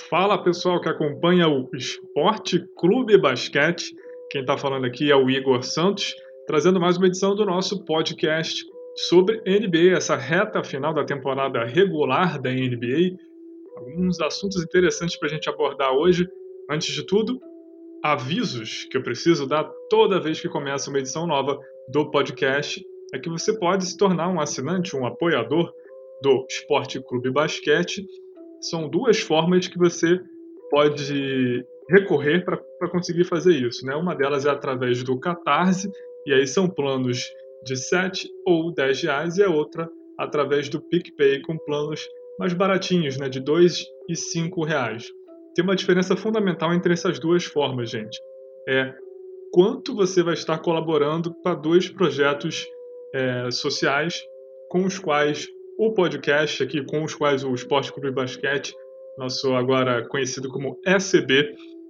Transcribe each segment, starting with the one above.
Fala pessoal que acompanha o Esporte Clube Basquete. Quem está falando aqui é o Igor Santos, trazendo mais uma edição do nosso podcast sobre NBA, essa reta final da temporada regular da NBA. Alguns assuntos interessantes para a gente abordar hoje. Antes de tudo, avisos que eu preciso dar toda vez que começa uma edição nova do podcast é que você pode se tornar um assinante, um apoiador do Esporte Clube Basquete. São duas formas que você pode recorrer para conseguir fazer isso, né? Uma delas é através do Catarse, e aí são planos de 7 ou 10 reais, e a outra através do PicPay, com planos mais baratinhos, né? De 2 e 5 reais. Tem uma diferença fundamental entre essas duas formas, gente. É quanto você vai estar colaborando para dois projetos sociais com os quais o podcast aqui, com os quais o Esporte Clube Basquete, nosso agora conhecido como ECB,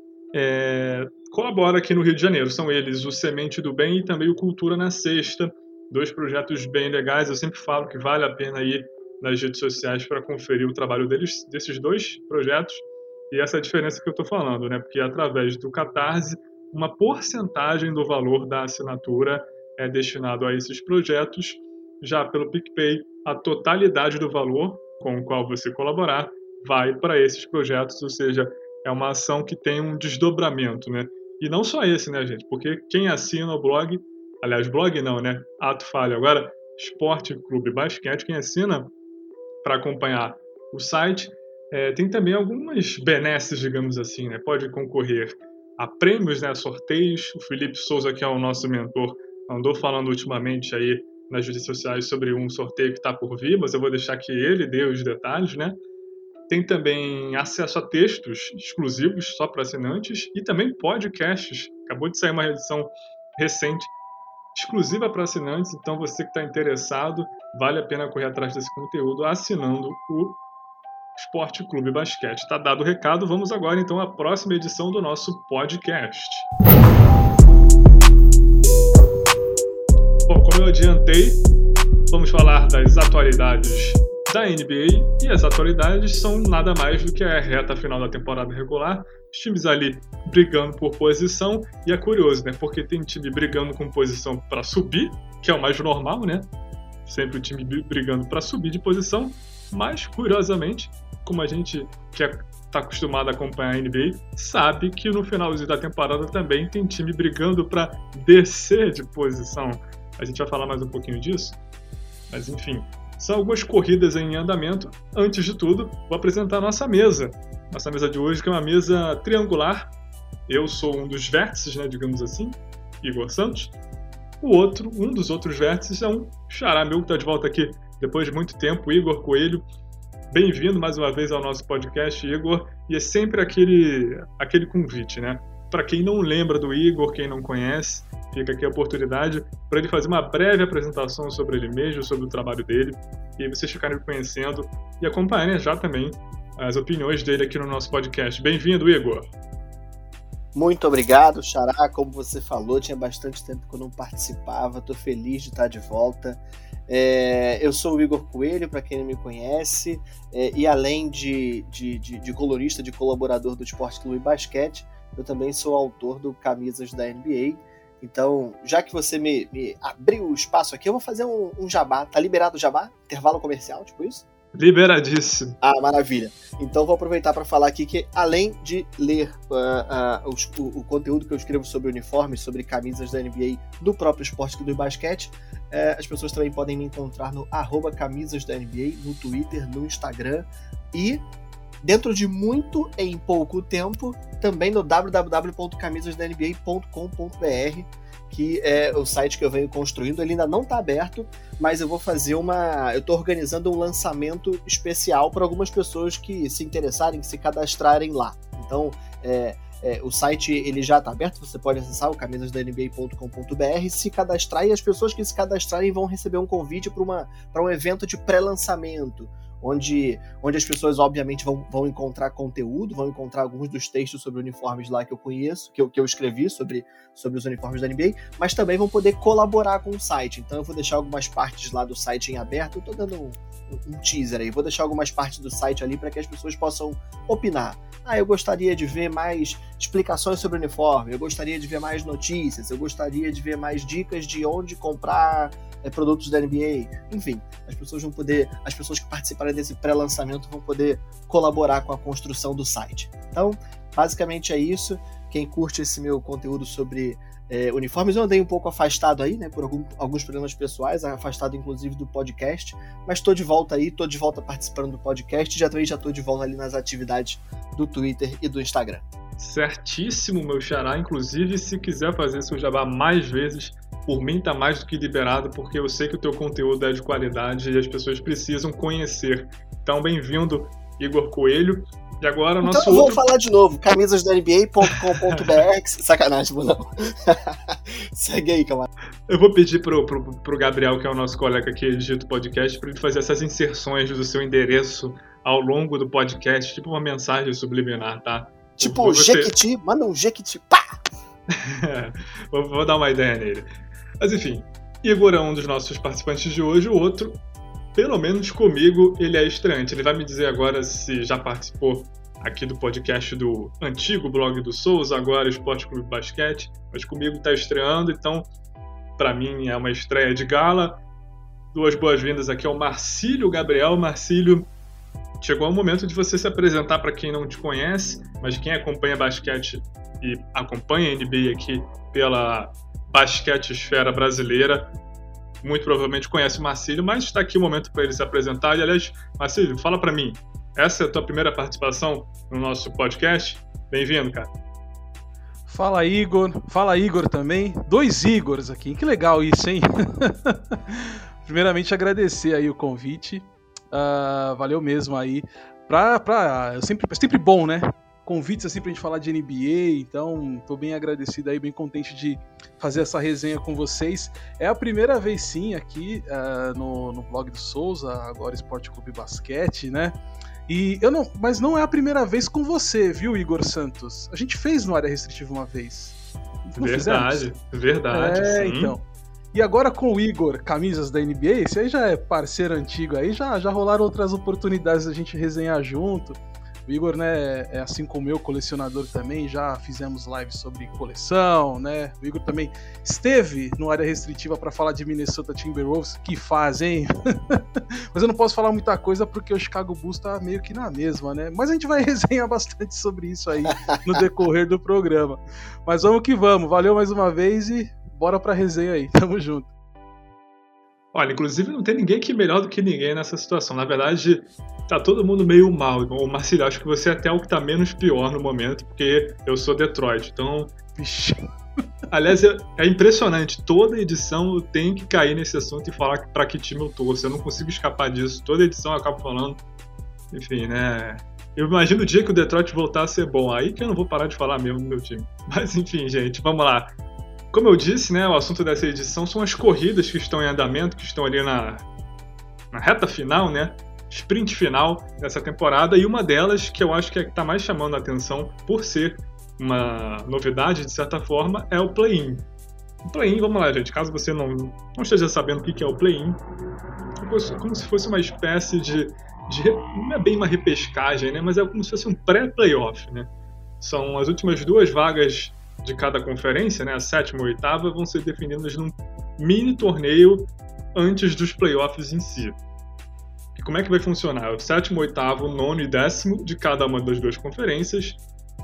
colabora aqui no Rio de Janeiro. São eles o Semente do Bem e também o Cultura na Sexta, dois projetos bem legais. Eu sempre falo que vale a pena ir nas redes sociais para conferir o trabalho desses dois projetos. E essa é a diferença que eu estou falando, né? Porque através do Catarse, uma porcentagem do valor da assinatura é destinado a esses projetos. Já pelo PicPay, a totalidade do valor com o qual você colaborar vai para esses projetos, ou seja, é uma ação que tem um desdobramento, né? E não só esse, né, gente? Porque quem assina o blog, aliás, blog não, né? Ato falho agora, Esporte Clube Basquete, quem assina para acompanhar o site, tem também algumas benesses, digamos assim, né? Pode concorrer a prêmios, né? Sorteios. O Felipe Souza, que é o nosso mentor, andou falando ultimamente aí nas redes sociais sobre um sorteio que está por vir, mas eu vou deixar que ele dê os detalhes, né? Tem também acesso a textos exclusivos só para assinantes e também podcasts. Acabou de sair uma edição recente exclusiva para assinantes, então você que está interessado, vale a pena correr atrás desse conteúdo assinando o Esporte Clube Basquete. Está dado o recado, vamos agora então à próxima edição do nosso podcast. Bom, como eu adiantei, vamos falar das atualidades da NBA, e as atualidades são nada mais do que a reta final da temporada regular, os times ali brigando por posição, e é curioso, né, porque tem time brigando com posição para subir, que é o mais normal, né, sempre o time brigando para subir de posição, mas curiosamente, como a gente que está acostumado a acompanhar a NBA, sabe que no finalzinho da temporada também tem time brigando para descer de posição. A gente vai falar mais um pouquinho disso, mas enfim, são algumas corridas em andamento. Antes de tudo, vou apresentar a nossa mesa de hoje, que é uma mesa triangular. Eu sou um dos vértices, né, digamos assim, Igor Santos. Um dos outros vértices é um xará meu que está de volta aqui depois de muito tempo, Igor Coelho. Bem-vindo mais uma vez ao nosso podcast, Igor. E é sempre aquele convite, né? Para quem não lembra do Igor, quem não conhece, fica aqui a oportunidade para ele fazer uma breve apresentação sobre ele mesmo, sobre o trabalho dele, e vocês ficarem conhecendo e acompanharem já também as opiniões dele aqui no nosso podcast. Bem-vindo, Igor! Muito obrigado, xará. Como você falou, tinha bastante tempo que eu não participava, estou feliz de estar de volta. Eu sou o Igor Coelho, para quem não me conhece, e além de colorista, de colaborador do Esporte Clube Basquete, eu também sou autor do Camisas da NBA. Então, já que você me abriu o espaço aqui, eu vou fazer um jabá. Tá liberado o jabá? Intervalo comercial, tipo isso? Liberadíssimo. Ah, maravilha. Então, vou aproveitar para falar aqui que, além de ler o conteúdo que eu escrevo sobre uniformes, sobre camisas da NBA do próprio Esporte Clube Basquete, as pessoas também podem me encontrar no @camisasdanba, no Twitter, no Instagram e, dentro de muito em pouco tempo, também no www.camisasdanba.com.br, que é o site que eu venho construindo. Ele ainda não está aberto, mas eu vou fazer eu estou organizando um lançamento especial para algumas pessoas que se interessarem, que se cadastrarem lá. Então, o site ele já está aberto, você pode acessar o camisasdanba.com.br, se cadastrar, e as pessoas que se cadastrarem vão receber um convite para um evento de pré-lançamento, onde as pessoas, obviamente, vão encontrar conteúdo, vão encontrar alguns dos textos sobre uniformes lá que eu conheço, que eu escrevi sobre os uniformes da NBA, mas também vão poder colaborar com o site. Então eu vou deixar algumas partes lá do site em aberto, eu tô dando um teaser aí, vou deixar algumas partes do site ali para que as pessoas possam opinar. Eu gostaria de ver mais explicações sobre o uniforme, eu gostaria de ver mais notícias, eu gostaria de ver mais dicas de onde comprar produtos da NBA. Enfim, as pessoas que participarem desse pré-lançamento vão poder colaborar com a construção do site. Então, basicamente é isso. Quem curte esse meu conteúdo sobre uniformes, eu andei um pouco afastado aí, né, por alguns problemas pessoais, afastado inclusive do podcast, mas estou de volta aí, estou de volta participando do podcast, já estou de volta ali nas atividades do Twitter e do Instagram. Certíssimo, meu xará. Inclusive, se quiser fazer seu jabá mais vezes, por mim tá mais do que liberado, porque eu sei que o teu conteúdo é de qualidade e as pessoas precisam conhecer. Então, bem-vindo, Igor Coelho. E agora o nosso eu vou falar de novo, camisasdanba.com.br, sacanagem, não. Segue aí, camarada. Eu vou pedir pro Gabriel, que é o nosso colega aqui, edita o podcast, para ele fazer essas inserções do seu endereço ao longo do podcast, tipo uma mensagem subliminar, tá? Tipo, Jequiti, manda um Jequiti, pá! Vou dar uma ideia nele. Mas enfim, Igor é um dos nossos participantes de hoje, o outro, pelo menos comigo, ele é estreante. Ele vai me dizer agora se já participou aqui do podcast do antigo blog do Souza, agora Esporte Clube Basquete, mas comigo está estreando, então para mim é uma estreia de gala. Duas boas-vindas aqui ao Marcílio Gabriel. Marcílio, chegou o momento de você se apresentar para quem não te conhece, mas quem acompanha basquete e acompanha a NBA aqui pela basquete esfera brasileira, muito provavelmente conhece o Marcílio, mas está aqui o momento para ele se apresentar. E, aliás, Marcílio, fala para mim, essa é a tua primeira participação no nosso podcast? Bem-vindo, cara. Fala, Igor. Fala, Igor também. 2 Igors aqui. Que legal isso, hein? Primeiramente, agradecer aí o convite. Valeu mesmo aí. É sempre bom, né? Convites assim pra gente falar de NBA, então tô bem agradecido aí, bem contente de fazer essa resenha com vocês. É a primeira vez sim aqui no blog do Souza, agora Esporte Clube Basquete, né? Mas não é a primeira vez com você, viu, Igor Santos? A gente fez no Área Restritiva uma vez. Verdade, sim. Então. E agora com o Igor, camisas da NBA, esse aí já é parceiro antigo aí, já rolaram outras oportunidades da gente resenhar junto. O Igor, né, é assim como eu, colecionador também, já fizemos lives sobre coleção, né? O Igor também esteve no Área Restritiva para falar de Minnesota Timberwolves, que faz, hein? Mas eu não posso falar muita coisa porque o Chicago Bulls tá meio que na mesma, né? Mas a gente vai resenhar bastante sobre isso aí no decorrer do programa. Mas vamos que vamos, valeu mais uma vez e bora pra resenha aí, tamo junto. Olha, inclusive não tem ninguém que melhor do que ninguém nessa situação. Na verdade, tá todo mundo meio mal. O Marcílio, acho que você é até o que tá menos pior no momento, porque eu sou Detroit. Então, aliás, é impressionante. Toda edição eu tenho que cair nesse assunto e falar pra que time eu torço. Eu não consigo escapar disso. Toda edição eu acabo falando. Enfim, né? Eu imagino o dia que o Detroit voltar a ser bom. Aí que eu não vou parar de falar mesmo do meu time. Mas enfim, gente, vamos lá. Como eu disse, né, o assunto dessa edição são as corridas que estão em andamento, que estão ali na reta final, né, sprint final dessa temporada, e uma delas, que eu acho que é a que está mais chamando a atenção por ser uma novidade, de certa forma, é o play-in. O play-in, vamos lá, gente, caso você não esteja sabendo o que é o play-in, é como se fosse uma espécie de não é bem uma repescagem, né, mas é como se fosse um pré-playoff, né. São as últimas 2 vagas de cada conferência, né, a 7ª e a 8ª, vão ser definidas num mini torneio antes dos playoffs em si. E como é que vai funcionar? O 7º, 8º, 9º e 10º de cada uma das 2 conferências.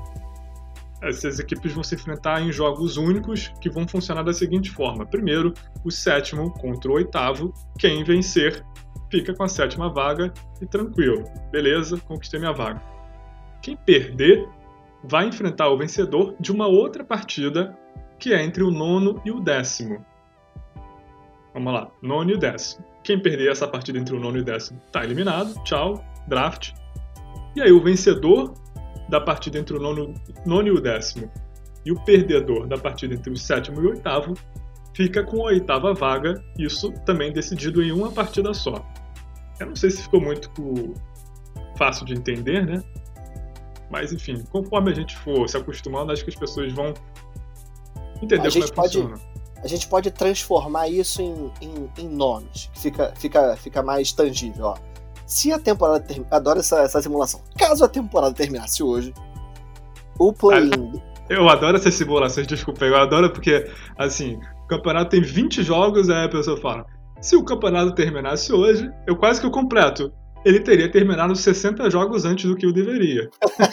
Essas equipes vão se enfrentar em jogos únicos que vão funcionar da seguinte forma. Primeiro, o 7º contra o 8º. Quem vencer fica com a 7ª vaga e tranquilo. Beleza, conquistei minha vaga. Quem perder vai enfrentar o vencedor de uma outra partida que é entre o 9º e o 10º. Vamos lá, 9º e o 10º. Quem perder essa partida entre o 9º e o 10º está eliminado, tchau, draft. E aí o vencedor da partida entre o 9º e o 10º e o perdedor da partida entre o 7º e o 8º fica com a 8ª vaga, isso também decidido em uma partida só. Eu não sei se ficou muito fácil de entender, né? Mas, enfim, conforme a gente for se acostumando, acho que as pessoas vão entender como é que funciona. A gente pode transformar isso em nomes, que fica mais tangível, ó. Se a temporada adoro essa simulação. Caso a temporada terminasse hoje, o play-in... Eu adoro essas simulações, desculpa, eu adoro porque, assim, o campeonato tem 20 jogos, aí a pessoa fala, se o campeonato terminasse hoje, eu quase que eu completo. Ele teria terminado 60 jogos antes do que o deveria.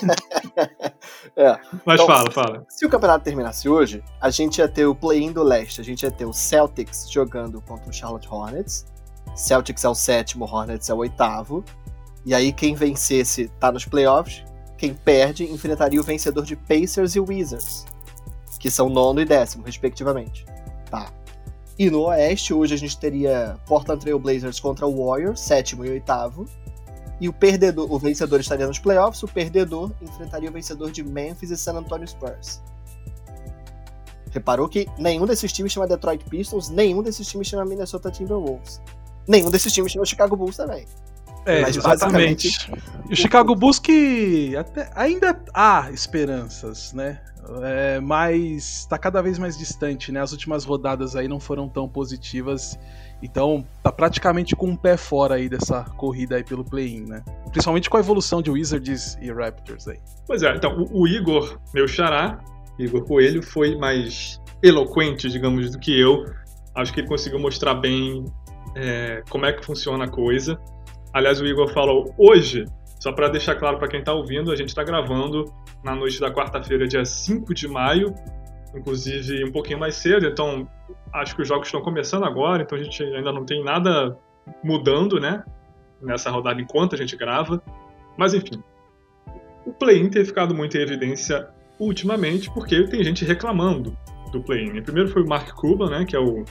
Mas então, fala. Se o campeonato terminasse hoje, a gente ia ter o play-in do leste, a gente ia ter o Celtics jogando contra o Charlotte Hornets. Celtics é o 7º, Hornets é o 8º. E aí quem vencesse tá nos playoffs, quem perde enfrentaria o vencedor de Pacers e Wizards, que são 9º e 10º, respectivamente. Tá. E no oeste, hoje a gente teria Portland Trail Blazers contra o Warriors, 7º e 8º. E o vencedor estaria nos playoffs, o perdedor enfrentaria o vencedor de Memphis e San Antonio Spurs. Reparou que nenhum desses times chama Detroit Pistons, nenhum desses times chama Minnesota Timberwolves. Nenhum desses times chama Chicago Bulls também. Mas exatamente. E o Chicago Bulls que ainda há esperanças, né? Mas tá cada vez mais distante, né? As últimas rodadas aí não foram tão positivas, então tá praticamente com um pé fora aí dessa corrida aí pelo play-in, né? Principalmente com a evolução de Wizards e Raptors aí. Pois é, então o Igor, meu xará, Igor Coelho, foi mais eloquente, digamos, do que eu. Acho que ele conseguiu mostrar bem como é que funciona a coisa. Aliás, o Igor falou hoje, só para deixar claro para quem está ouvindo, a gente está gravando na noite da quarta-feira, dia 5 de maio, inclusive um pouquinho mais cedo, então acho que os jogos estão começando agora, então a gente ainda não tem nada mudando, né, nessa rodada enquanto a gente grava. Mas enfim, o play-in tem ficado muito em evidência ultimamente, porque tem gente reclamando do play-in. Primeiro foi o Mark Cuban, né, que é o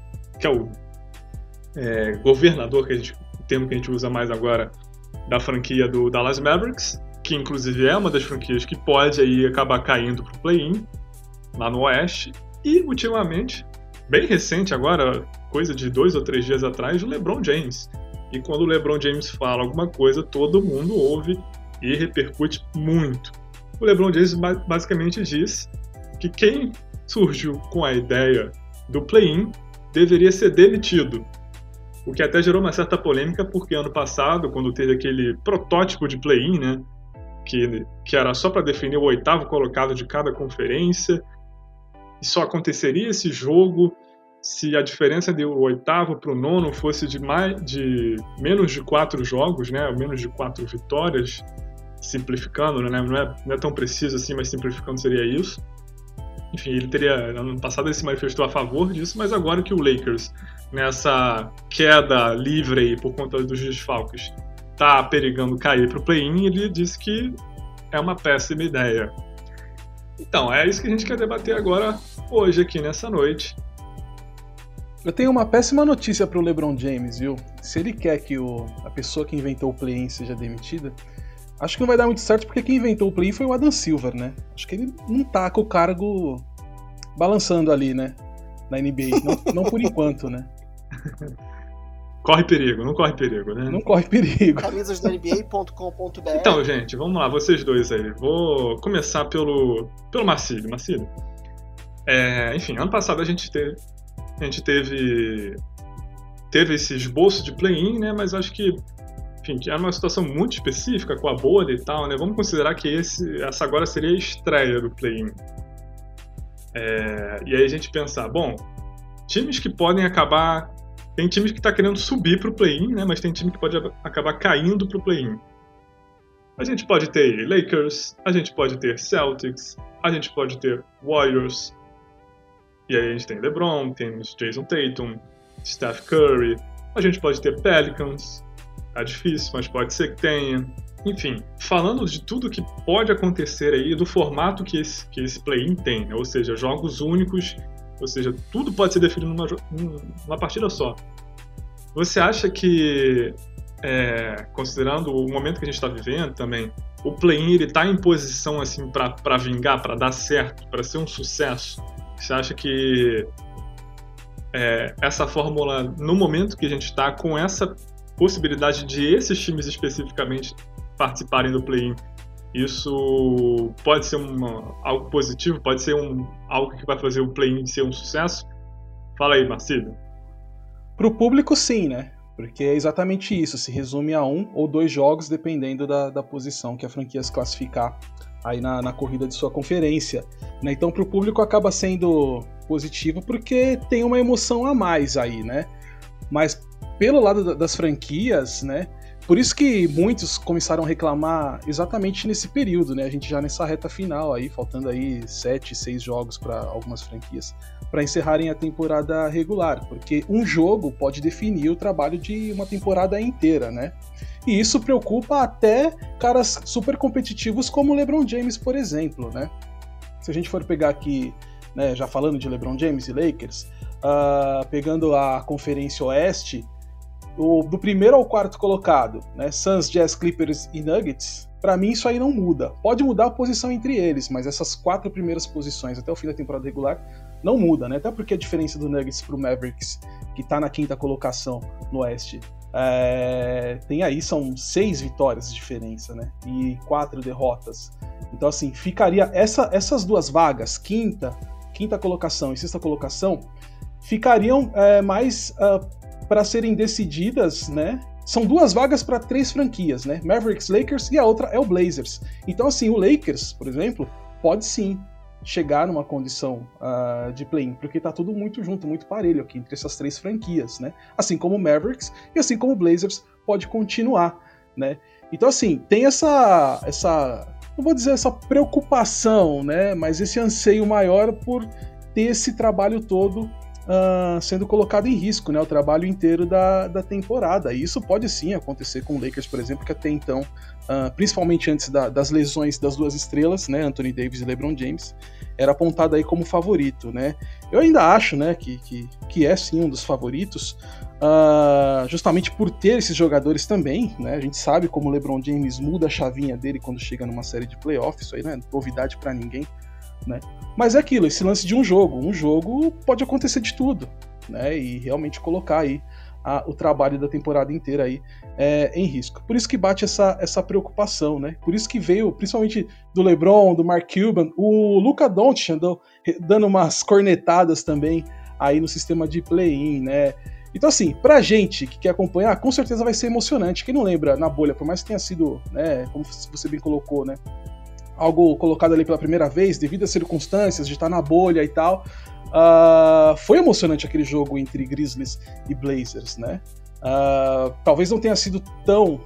governador, o termo que a gente usa mais agora, da franquia do Dallas Mavericks, que inclusive é uma das franquias que pode aí acabar caindo pro play-in, lá no Oeste. E, ultimamente, bem recente agora, coisa de 2 ou 3 dias atrás, o LeBron James. E quando o LeBron James fala alguma coisa, todo mundo ouve e repercute muito. O LeBron James basicamente diz que quem surgiu com a ideia do play-in deveria ser demitido. O que até gerou uma certa polêmica, porque ano passado, quando teve aquele protótipo de play-in, né, que era só para definir o 8º colocado de cada conferência, e só aconteceria esse jogo se a diferença do 8º para o 9º fosse de menos de 4 jogos, né, menos de 4 vitórias, simplificando, né, não é tão preciso assim, mas simplificando seria isso. Enfim, ano passado ele se manifestou a favor disso, mas agora que o Lakers, nessa queda livre aí por conta dos desfalques, tá perigando cair pro play-in, ele disse que é uma péssima ideia. Então, é isso que a gente quer debater agora, hoje, aqui nessa noite. Eu tenho uma péssima notícia pro LeBron James, viu? Se ele quer que a pessoa que inventou o play-in seja demitida, acho que não vai dar muito certo, porque quem inventou o play-in foi o Adam Silver, né? Acho que ele não tá com o cargo balançando ali, né? Na NBA. Não por enquanto, né? Corre perigo, não corre perigo, né? Não corre perigo. Camisasdonba.com.br. Então, gente, vamos lá, vocês dois aí. Vou começar pelo Marcílio. Marcílio, enfim, ano passado a gente teve esse esboço de play-in, né? Mas acho que, enfim, que era uma situação muito específica com a bolha e tal, né? Vamos considerar que essa agora seria a estreia do play-in. E aí a gente pensar, bom, times que podem acabar... Tem time que está querendo subir para o play-in, né? Mas tem time que pode acabar caindo para o play-in. A gente pode ter Lakers, a gente pode ter Celtics, a gente pode ter Warriors. E aí a gente tem LeBron, tem Jason Tatum, Steph Curry. A gente pode ter Pelicans. Tá difícil, mas pode ser que tenha. Enfim, falando de tudo que pode acontecer aí, do formato que esse play-in tem, né? Ou seja, jogos únicos, ou seja, tudo pode ser definido numa partida só. Você acha que, considerando o momento que a gente está vivendo também, o play-in ele está em posição assim, para vingar, para dar certo, para ser um sucesso? Você acha que essa fórmula, no momento que a gente está, com essa possibilidade de esses times especificamente participarem do play-in, isso pode ser algo positivo? Pode ser algo que vai fazer o play-in ser um sucesso? Fala aí, Marcílio. Para o público, sim, né? Porque é exatamente isso, se resume a 1 ou 2 jogos, dependendo da posição que a franquia se classificar aí na corrida de sua conferência, né? Então, para o público acaba sendo positivo porque tem uma emoção a mais aí, né? Mas pelo lado das franquias, né? Por isso que muitos começaram a reclamar exatamente nesse período, né? A gente já nessa reta final aí, faltando aí 7, 6 jogos para algumas franquias, para encerrarem a temporada regular, porque um jogo pode definir o trabalho de uma temporada inteira, né? E isso preocupa até caras super competitivos como o LeBron James, por exemplo, né? Se a gente for pegar aqui, né, já falando de LeBron James e Lakers, pegando a Conferência Oeste, do primeiro ao quarto colocado, né, Suns, Jazz, Clippers e Nuggets, para mim isso aí não muda. Pode mudar a posição entre eles, mas essas 4 primeiras posições até o fim da temporada regular não muda, né? Até porque a diferença do Nuggets pro Mavericks, que tá na 5ª colocação no Oeste, tem aí, são 6 vitórias de diferença, né? E 4 derrotas. Então, assim, ficaria essas 2 vagas, quinta colocação e 6ª colocação, ficariam mais para serem decididas, né? São 2 vagas para 3 franquias, né? Mavericks, Lakers e a outra é o Blazers. Então, assim, o Lakers, por exemplo, pode sim chegar numa condição de play-in, porque tá tudo muito junto, muito parelho aqui entre essas 3 franquias, né? Assim como o Mavericks e assim como o Blazers pode continuar, né? Então, assim, tem essa não vou dizer essa preocupação, né? Mas esse anseio maior por ter esse trabalho todo sendo colocado em risco, né, o trabalho inteiro da temporada. E isso pode sim acontecer com o Lakers, por exemplo, que até então, principalmente antes das lesões das 2 estrelas, né, Anthony Davis e LeBron James, era apontado aí como favorito, né. Eu ainda acho, né, que é sim um dos favoritos, justamente por ter esses jogadores também, né. A gente sabe como o LeBron James muda a chavinha dele quando chega numa série de playoffs, isso aí não é novidade para ninguém, né? Mas é aquilo, esse lance de um jogo pode acontecer de tudo, né? E realmente colocar aí o trabalho da temporada inteira aí em risco. Por isso que bate essa preocupação, né? Por isso que veio, principalmente do LeBron, do Mark Cuban, o Luka Doncic andou dando umas cornetadas também aí no sistema de play-in, né? Então, assim, pra gente que quer acompanhar, com certeza vai ser emocionante. Quem não lembra, na bolha, por mais que tenha sido, né, como você bem colocou, né, algo colocado ali pela primeira vez, devido às circunstâncias de estar na bolha e tal, foi emocionante aquele jogo entre Grizzlies e Blazers, né? Talvez não tenha sido tão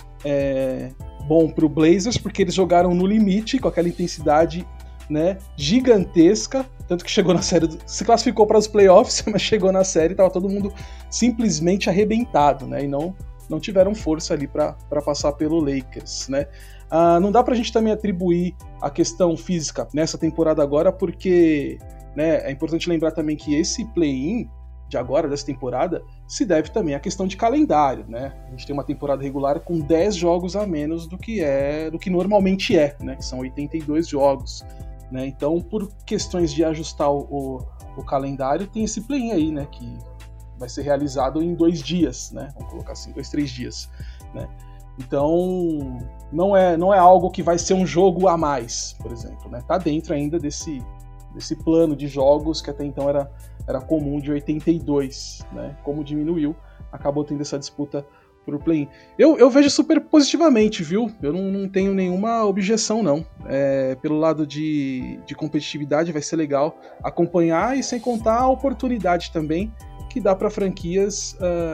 bom pro Blazers, porque eles jogaram no limite, com aquela intensidade, né, gigantesca, tanto que chegou na série, se classificou para os playoffs, mas chegou na série e estava todo mundo simplesmente arrebentado, né? E não tiveram força ali para passar pelo Lakers, né? Não dá pra gente também atribuir a questão física nessa temporada agora, porque, né, é importante lembrar também que esse play-in de agora, dessa temporada, se deve também à questão de calendário, né? A gente tem uma temporada regular com 10 jogos a menos do que normalmente é, né? Que são 82 jogos, né? Então, por questões de ajustar o calendário, tem esse play-in aí, né? Que vai ser realizado em 2 dias, né? Vamos colocar assim, 2, 3 dias, né? Então, não é algo que vai ser um jogo a mais, por exemplo, né? Tá dentro ainda desse plano de jogos que até então era comum de 82, né? Como diminuiu, acabou tendo essa disputa pro play-in. Eu vejo super positivamente, viu? Eu não tenho nenhuma objeção, não. Pelo lado de competitividade vai ser legal acompanhar, e sem contar a oportunidade também que dá para franquias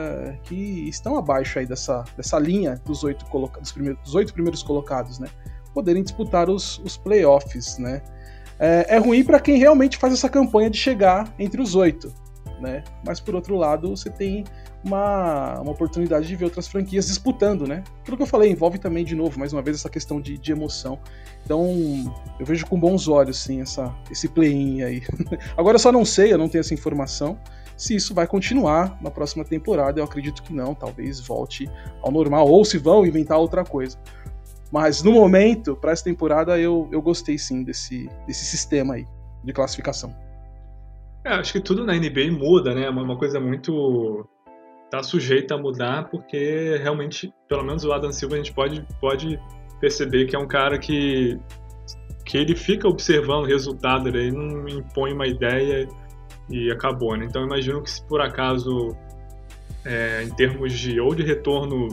que estão abaixo aí dessa linha dos 8 primeiros colocados, né, poderem disputar os playoffs, né. É ruim para quem realmente faz essa campanha de chegar entre os 8, né, mas por outro lado você tem uma oportunidade de ver outras franquias disputando, né. Aquilo que eu falei envolve também, de novo, mais uma vez, essa questão de emoção. Então eu vejo com bons olhos, sim, esse play-in aí. Agora eu só não sei, eu não tenho essa informação, se isso vai continuar na próxima temporada. Eu acredito que não, talvez volte ao normal, ou se vão inventar outra coisa. Mas no momento, para essa temporada, eu gostei sim desse sistema aí de classificação. Acho que tudo na NBA muda, né? Uma coisa muito tá sujeita a mudar, porque realmente, pelo menos o Adam Silver, a gente pode perceber que é um cara que ele fica observando o resultado, ele não impõe uma ideia e acabou, né? Então eu imagino que, se por acaso, em termos de retorno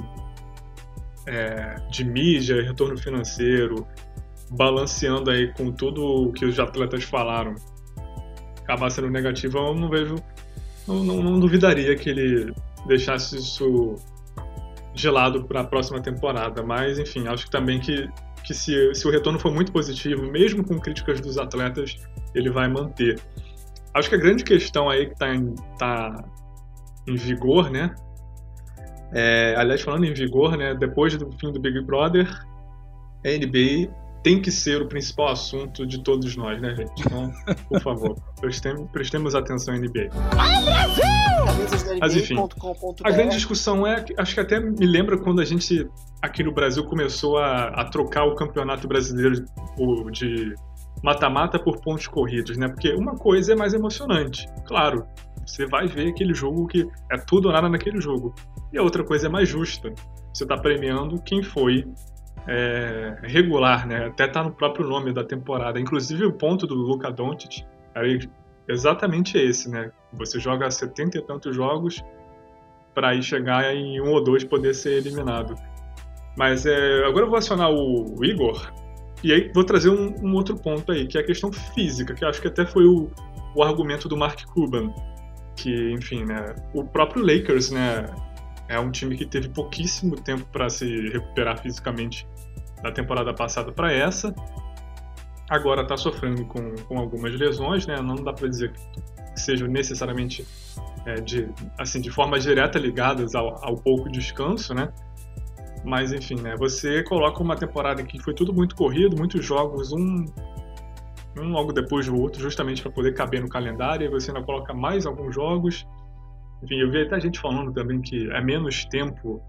de mídia, retorno financeiro, balanceando aí com tudo o que os atletas falaram, acabar sendo negativo, eu não duvidaria que ele deixasse isso de lado para a próxima temporada. Mas, enfim, acho que também que se o retorno for muito positivo, mesmo com críticas dos atletas, ele vai manter. Acho que a grande questão aí que tá em vigor, né? Aliás, falando em vigor, né? Depois do fim do Big Brother, a NBA tem que ser o principal assunto de todos nós, né, gente? Então, por favor, prestemos atenção à NBA. Mas, enfim, a grande discussão acho que até me lembra quando a gente, aqui no Brasil, começou a trocar o Campeonato Brasileiro de mata-mata por pontos corridos, né? Porque uma coisa é mais emocionante, claro, você vai ver aquele jogo que é tudo ou nada naquele jogo. E a outra coisa é mais justa, você está premiando quem foi regular, né? Até tá no próprio nome da temporada. Inclusive, o ponto do Luka Doncic era exatamente esse, né? Você joga 70 e tantos jogos para aí chegar em 1 ou 2 poder ser eliminado. Mas agora eu vou acionar o Igor e aí vou trazer um outro ponto aí, que é a questão física, que eu acho que até foi o argumento do Mark Cuban, que, enfim, né? O próprio Lakers, né? É um time que teve pouquíssimo tempo para se recuperar fisicamente da temporada passada para essa. Agora está sofrendo com algumas lesões, né? Não dá para dizer que sejam necessariamente de forma direta ligadas ao pouco descanso, né? Mas, enfim, né? Você coloca uma temporada que foi tudo muito corrido, muitos jogos, um logo depois do outro, justamente para poder caber no calendário, e você ainda coloca mais alguns jogos. Enfim, eu vi até gente falando também que é menos tempo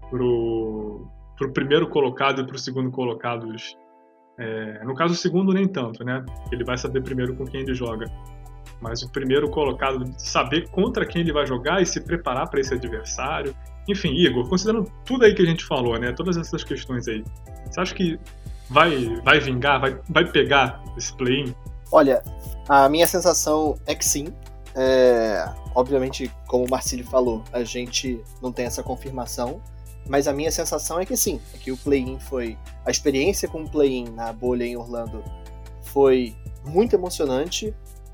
pro primeiro colocado e pro segundo colocado. No caso, o segundo nem tanto, né? Ele vai saber primeiro com quem ele joga. Mas o primeiro colocado, saber contra quem ele vai jogar e se preparar para esse adversário. Enfim, Igor, considerando tudo aí que a gente falou, né? Todas essas questões aí, você acha que vai vingar, vai pegar esse play-in? Olha, a minha sensação é que sim. Obviamente, como o Marcílio falou, a gente não tem essa confirmação, mas a minha sensação é que sim, é que o play-in a experiência com o play-in na bolha em Orlando foi muito emocionante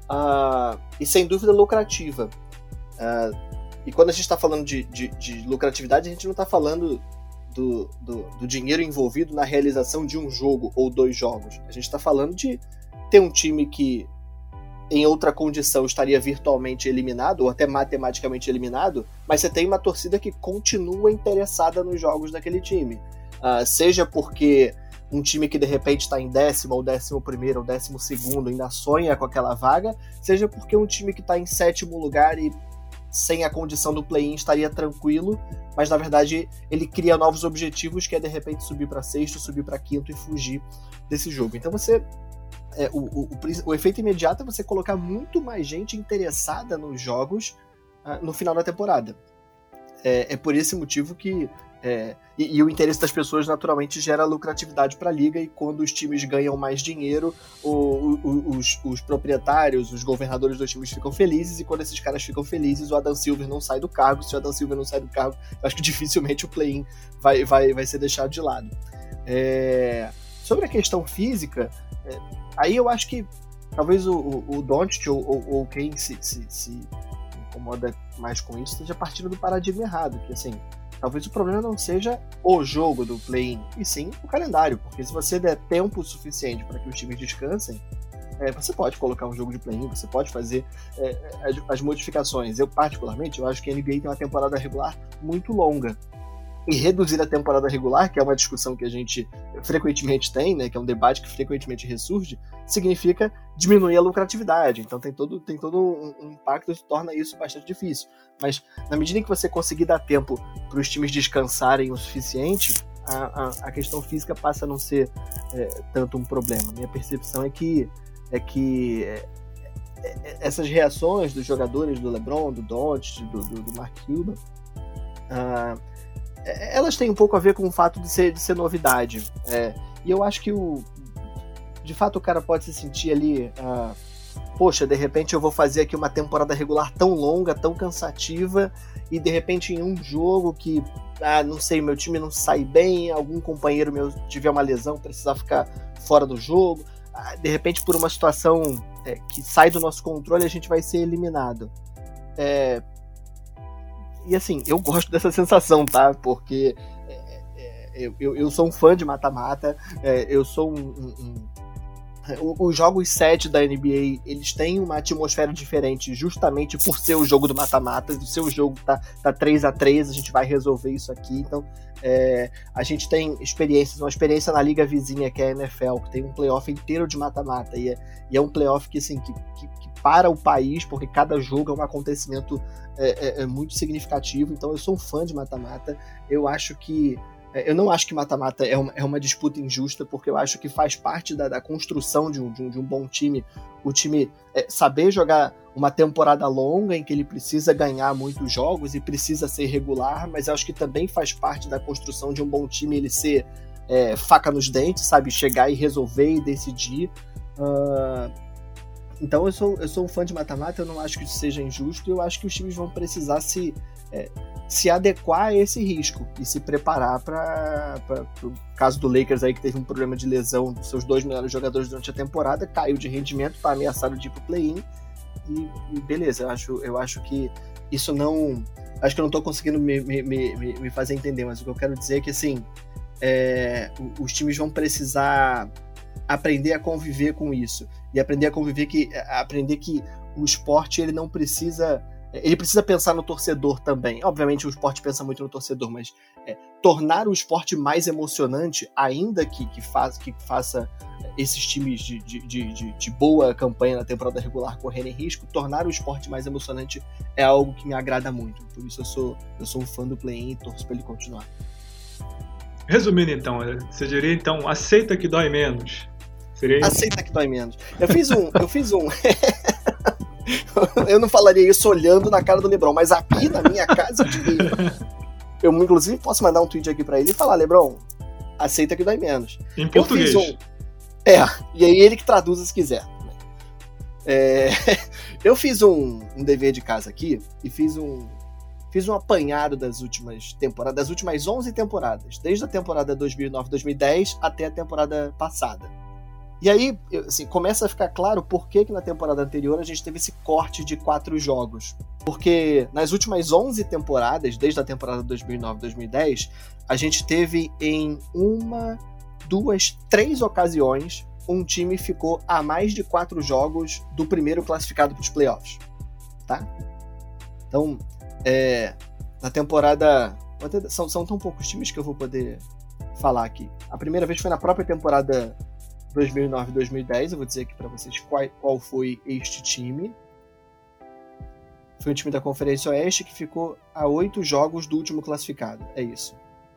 e sem dúvida lucrativa. E quando a gente está falando de lucratividade, a gente não está falando do dinheiro envolvido na realização de um jogo ou 2 jogos. A gente está falando de ter um time que em outra condição estaria virtualmente eliminado, ou até matematicamente eliminado, mas você tem uma torcida que continua interessada nos jogos daquele time. Seja porque um time que de repente está em 10º, ou 11º, ou 12º ainda sonha com aquela vaga, seja porque um time que está em 7º lugar e sem a condição do play-in estaria tranquilo, mas na verdade ele cria novos objetivos, que é de repente subir para 6º, subir para 5º e fugir desse jogo. Então o efeito imediato é você colocar muito mais gente interessada nos jogos no final da temporada. É por esse motivo que e o interesse das pessoas naturalmente gera lucratividade para a liga, e quando os times ganham mais dinheiro, os proprietários, os governadores dos times ficam felizes, e quando esses caras ficam felizes, o Adam Silver não sai do cargo. Se o Adam Silver não sai do cargo, eu acho que dificilmente o play-in vai ser deixado de lado. Sobre a questão física, aí eu acho que talvez o Doncic ou quem se incomoda mais com isso esteja partindo do paradigma errado, que assim, talvez o problema não seja o jogo do play-in, e sim o calendário, porque se você der tempo suficiente para que os times descansem, você pode colocar um jogo de play-in, você pode fazer as modificações. Eu particularmente, eu acho que a NBA tem uma temporada regular muito longa, e reduzir a temporada regular, que é uma discussão que a gente frequentemente tem, né, que é um debate que frequentemente ressurge, significa diminuir a lucratividade. Então tem todo um impacto que torna isso bastante difícil. Mas na medida em que você conseguir dar tempo para os times descansarem o suficiente, a questão física passa a não ser tanto um problema. Minha percepção é que essas reações dos jogadores do LeBron, do Doncic, do Mark Cuban, elas têm um pouco a ver com o fato de ser novidade. E eu acho que de fato o cara pode se sentir ali, poxa, de repente eu vou fazer aqui uma temporada regular tão longa, tão cansativa, e de repente em um jogo que, não sei, meu time não sai bem, algum companheiro meu tiver uma lesão, precisar ficar fora do jogo, de repente por uma situação que sai do nosso controle, a gente vai ser eliminado. E assim, eu gosto dessa sensação, tá? Porque eu sou um fã de mata-mata, eu sou os jogos 7 da NBA, eles têm uma atmosfera diferente justamente por ser o jogo do mata-mata. O seu jogo tá 3-3, a gente vai resolver isso aqui. Então, a gente tem uma experiência na liga vizinha, que é a NFL, que tem um playoff inteiro de mata-mata. E é um playoff que, assim, que para o país, porque cada jogo é um acontecimento muito significativo. Então, eu sou um fã de mata-mata. Eu não acho que mata-mata é uma disputa injusta, porque eu acho que faz parte da construção de um bom time. O time saber jogar uma temporada longa em que ele precisa ganhar muitos jogos e precisa ser regular, mas eu acho que também faz parte da construção de um bom time ele ser faca nos dentes, sabe? Chegar e resolver e decidir. Então eu sou um fã de mata-mata, eu não acho que isso seja injusto, e eu acho que os times vão precisar se adequar a esse risco e se preparar para o caso do Lakers aí, que teve um problema de lesão dos seus 2 melhores jogadores durante a temporada, caiu de rendimento, está ameaçado de ir pro play-in, e beleza, eu acho que isso não... Acho que eu não estou conseguindo me fazer entender, mas o que eu quero dizer é que, assim, os times vão precisar aprender a conviver com isso, e aprender que o esporte, ele não precisa... Ele precisa pensar no torcedor também. Obviamente o esporte pensa muito no torcedor, mas tornar o esporte mais emocionante, ainda que faça esses times de boa campanha na temporada regular correrem risco, tornar o esporte mais emocionante é algo que me agrada muito. Por isso eu sou um fã do play-in e torço para ele continuar. Resumindo então, você diria então, aceita que dói menos? Aceita que dói menos. Eu fiz um eu não falaria isso olhando na cara do LeBron, mas aqui na minha casa eu inclusive posso mandar um tweet aqui pra ele e falar: LeBron, aceita que dói menos. Em português. E aí ele que traduza se quiser. Eu fiz um dever de casa aqui e fiz um apanhado das últimas temporadas, das últimas 11 temporadas, desde a temporada 2009-2010 até a temporada passada. E aí, assim, começa a ficar claro por que na temporada anterior a gente teve esse corte de 4 jogos. Porque nas últimas 11 temporadas, desde a temporada 2009-2010, a gente teve em 1, 2, 3 ocasiões um time ficou a mais de 4 jogos do primeiro classificado para os playoffs. Tá? Então, na temporada... São tão poucos times que eu vou poder falar aqui. A primeira vez foi na própria temporada 2009-2010, eu vou dizer aqui para vocês qual foi este time. Foi um time da Conferência Oeste que ficou a 8 jogos do último classificado, é isso.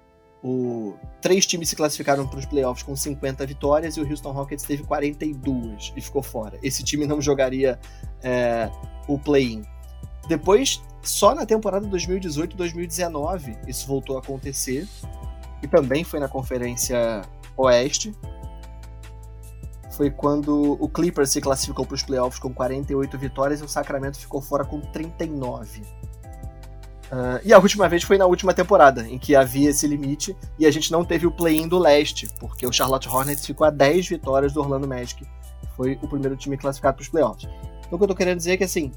3 times se classificaram para os playoffs com 50 vitórias e o Houston Rockets teve 42 e ficou fora. Esse time não jogaria o play-in. Depois, só na temporada 2018-2019, isso voltou a acontecer, e também foi na Conferência Oeste. Foi quando o Clippers se classificou para os playoffs com 48 vitórias e o Sacramento ficou fora com 39. E a última vez foi na última temporada, em que havia esse limite, e a gente não teve o play-in do leste, porque o Charlotte Hornets ficou a 10 vitórias do Orlando Magic, que foi o primeiro time classificado para os playoffs. Então o que eu tô querendo dizer é que, assim,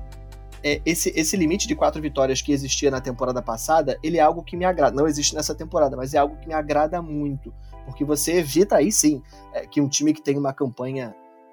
esse limite de 4 vitórias que existia na temporada passada, ele é algo que me agrada. Não existe nessa temporada, mas é algo que me agrada muito. Porque você evita aí sim que um time que tenha uma campanha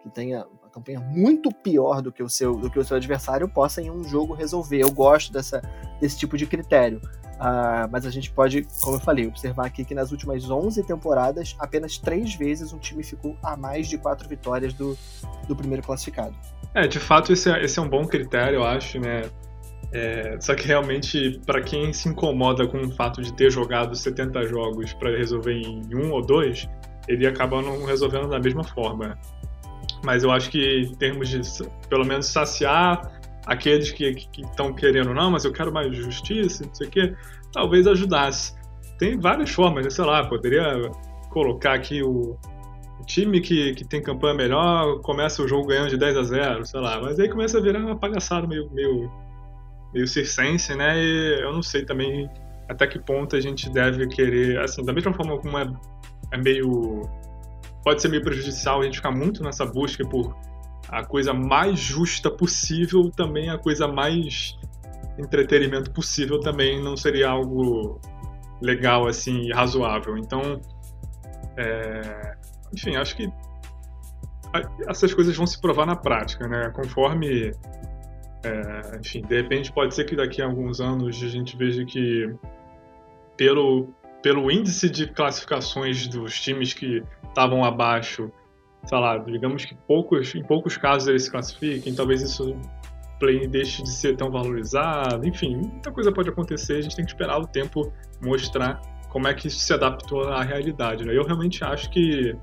muito pior do que o seu adversário possa em um jogo resolver. Eu gosto desse tipo de critério. Mas a gente pode, como eu falei, observar aqui que nas últimas 11 temporadas, apenas 3 vezes um time ficou a mais de 4 vitórias do primeiro classificado. De fato, esse é um bom critério, eu acho, né? Só que realmente, para quem se incomoda com o fato de ter jogado 70 jogos para resolver em 1 ou 2, ele acaba não resolvendo da mesma forma. Mas eu acho que em termos de, pelo menos, saciar aqueles que estão querendo, não, mas eu quero mais justiça, não sei o quê, talvez ajudasse. Tem várias formas, né? Sei lá, poderia colocar aqui o time que tem campanha melhor, começa o jogo ganhando de 10-0, sei lá, mas aí começa a virar uma palhaçada meio circense, né? E eu não sei também até que ponto a gente deve querer, assim, da mesma forma como pode ser meio prejudicial a gente ficar muito nessa busca por a coisa mais justa possível, também a coisa mais entretenimento possível também não seria algo legal, assim, e razoável. Então, enfim, acho que essas coisas vão se provar na prática, né? Conforme, enfim, de repente pode ser que daqui a alguns anos a gente veja que pelo índice de classificações dos times que estavam abaixo, sei lá, digamos que em poucos casos eles se classifiquem, talvez isso play deixe de ser tão valorizado, enfim, muita coisa pode acontecer, a gente tem que esperar o tempo mostrar como é que isso se adaptou à realidade, né? Eu realmente acho que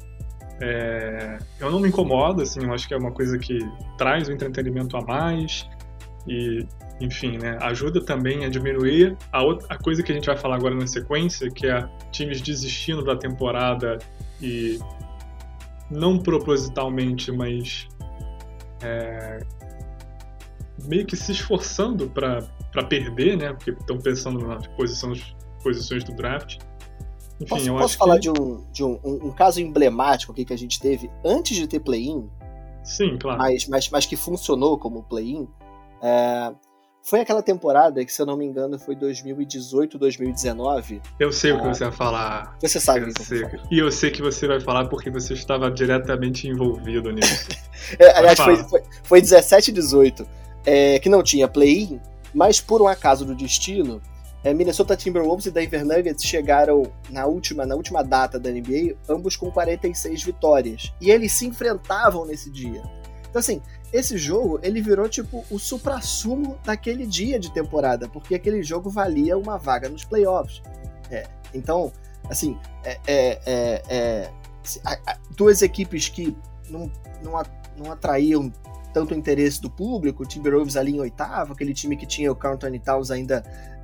eu não me incomodo, assim, eu acho que é uma coisa que traz um entretenimento a mais e, enfim, né, ajuda também a diminuir a coisa que a gente vai falar agora na sequência, que é times desistindo da temporada e não propositalmente, mas meio que se esforçando para perder, né, porque estão pensando nas posições do draft. Enfim, posso falar de um caso emblemático aqui que a gente teve antes de ter play-in? Sim, claro. Mas que funcionou como play-in. Foi aquela temporada que, se eu não me engano, foi 2018, 2019. Eu sei o que você vai falar. Você sabe o que eu vou falar. E eu sei que você vai falar porque você estava diretamente envolvido nisso. Aliás, foi 17 e 18, que não tinha play-in, mas por um acaso do destino, Minnesota Timberwolves e Denver Nuggets chegaram na última data da NBA, ambos com 46 vitórias. E eles se enfrentavam nesse dia. Então, assim, esse jogo, ele virou, tipo, o suprassumo daquele dia de temporada, porque aquele jogo valia uma vaga nos playoffs. Então, assim, duas equipes que não atraíam tanto o interesse do público, o Timberwolves ali em oitavo, aquele time que tinha o Karl Anthony Towns ainda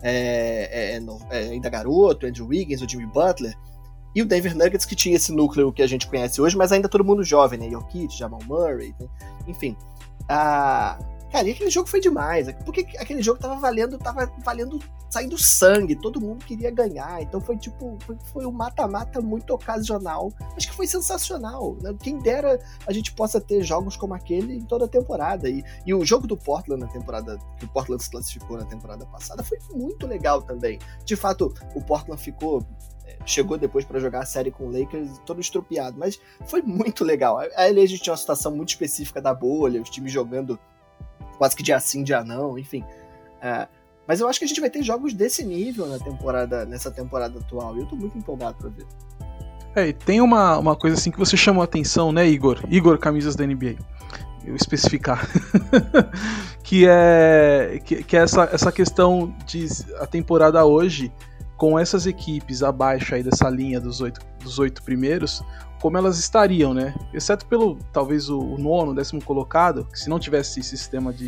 garoto, Andrew Wiggins, o Jimmy Butler, e o Denver Nuggets que tinha esse núcleo que a gente conhece hoje, mas ainda todo mundo jovem, né? Jokic, Jamal Murray, né? Enfim. Cara, e aquele jogo foi demais, porque aquele jogo tava valendo saindo sangue, todo mundo queria ganhar, então foi um mata-mata muito ocasional, acho que foi sensacional, né? Quem dera a gente possa ter jogos como aquele em toda a temporada, e o jogo do Portland na temporada, que o Portland se classificou na temporada passada, foi muito legal também. De fato, o Portland chegou depois para jogar a série com o Lakers todo estrupiado, mas foi muito legal. Aí a gente tinha uma situação muito específica da bolha, os times jogando quase que dia sim, dia não, enfim. Mas eu acho que a gente vai ter jogos desse nível nessa temporada atual, e eu tô muito empolgado pra ver. E tem uma coisa assim que você chamou a atenção, né, Igor? Igor, camisas da NBA. Eu especificar. que é essa questão de a temporada hoje, com essas equipes abaixo aí dessa linha dos oito primeiros, como elas estariam, né? Exceto pelo, talvez, o nono, 10º colocado, que se não tivesse esse sistema de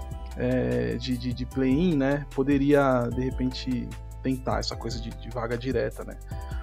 play-in, né? Poderia, de repente, tentar essa coisa de vaga direta, né?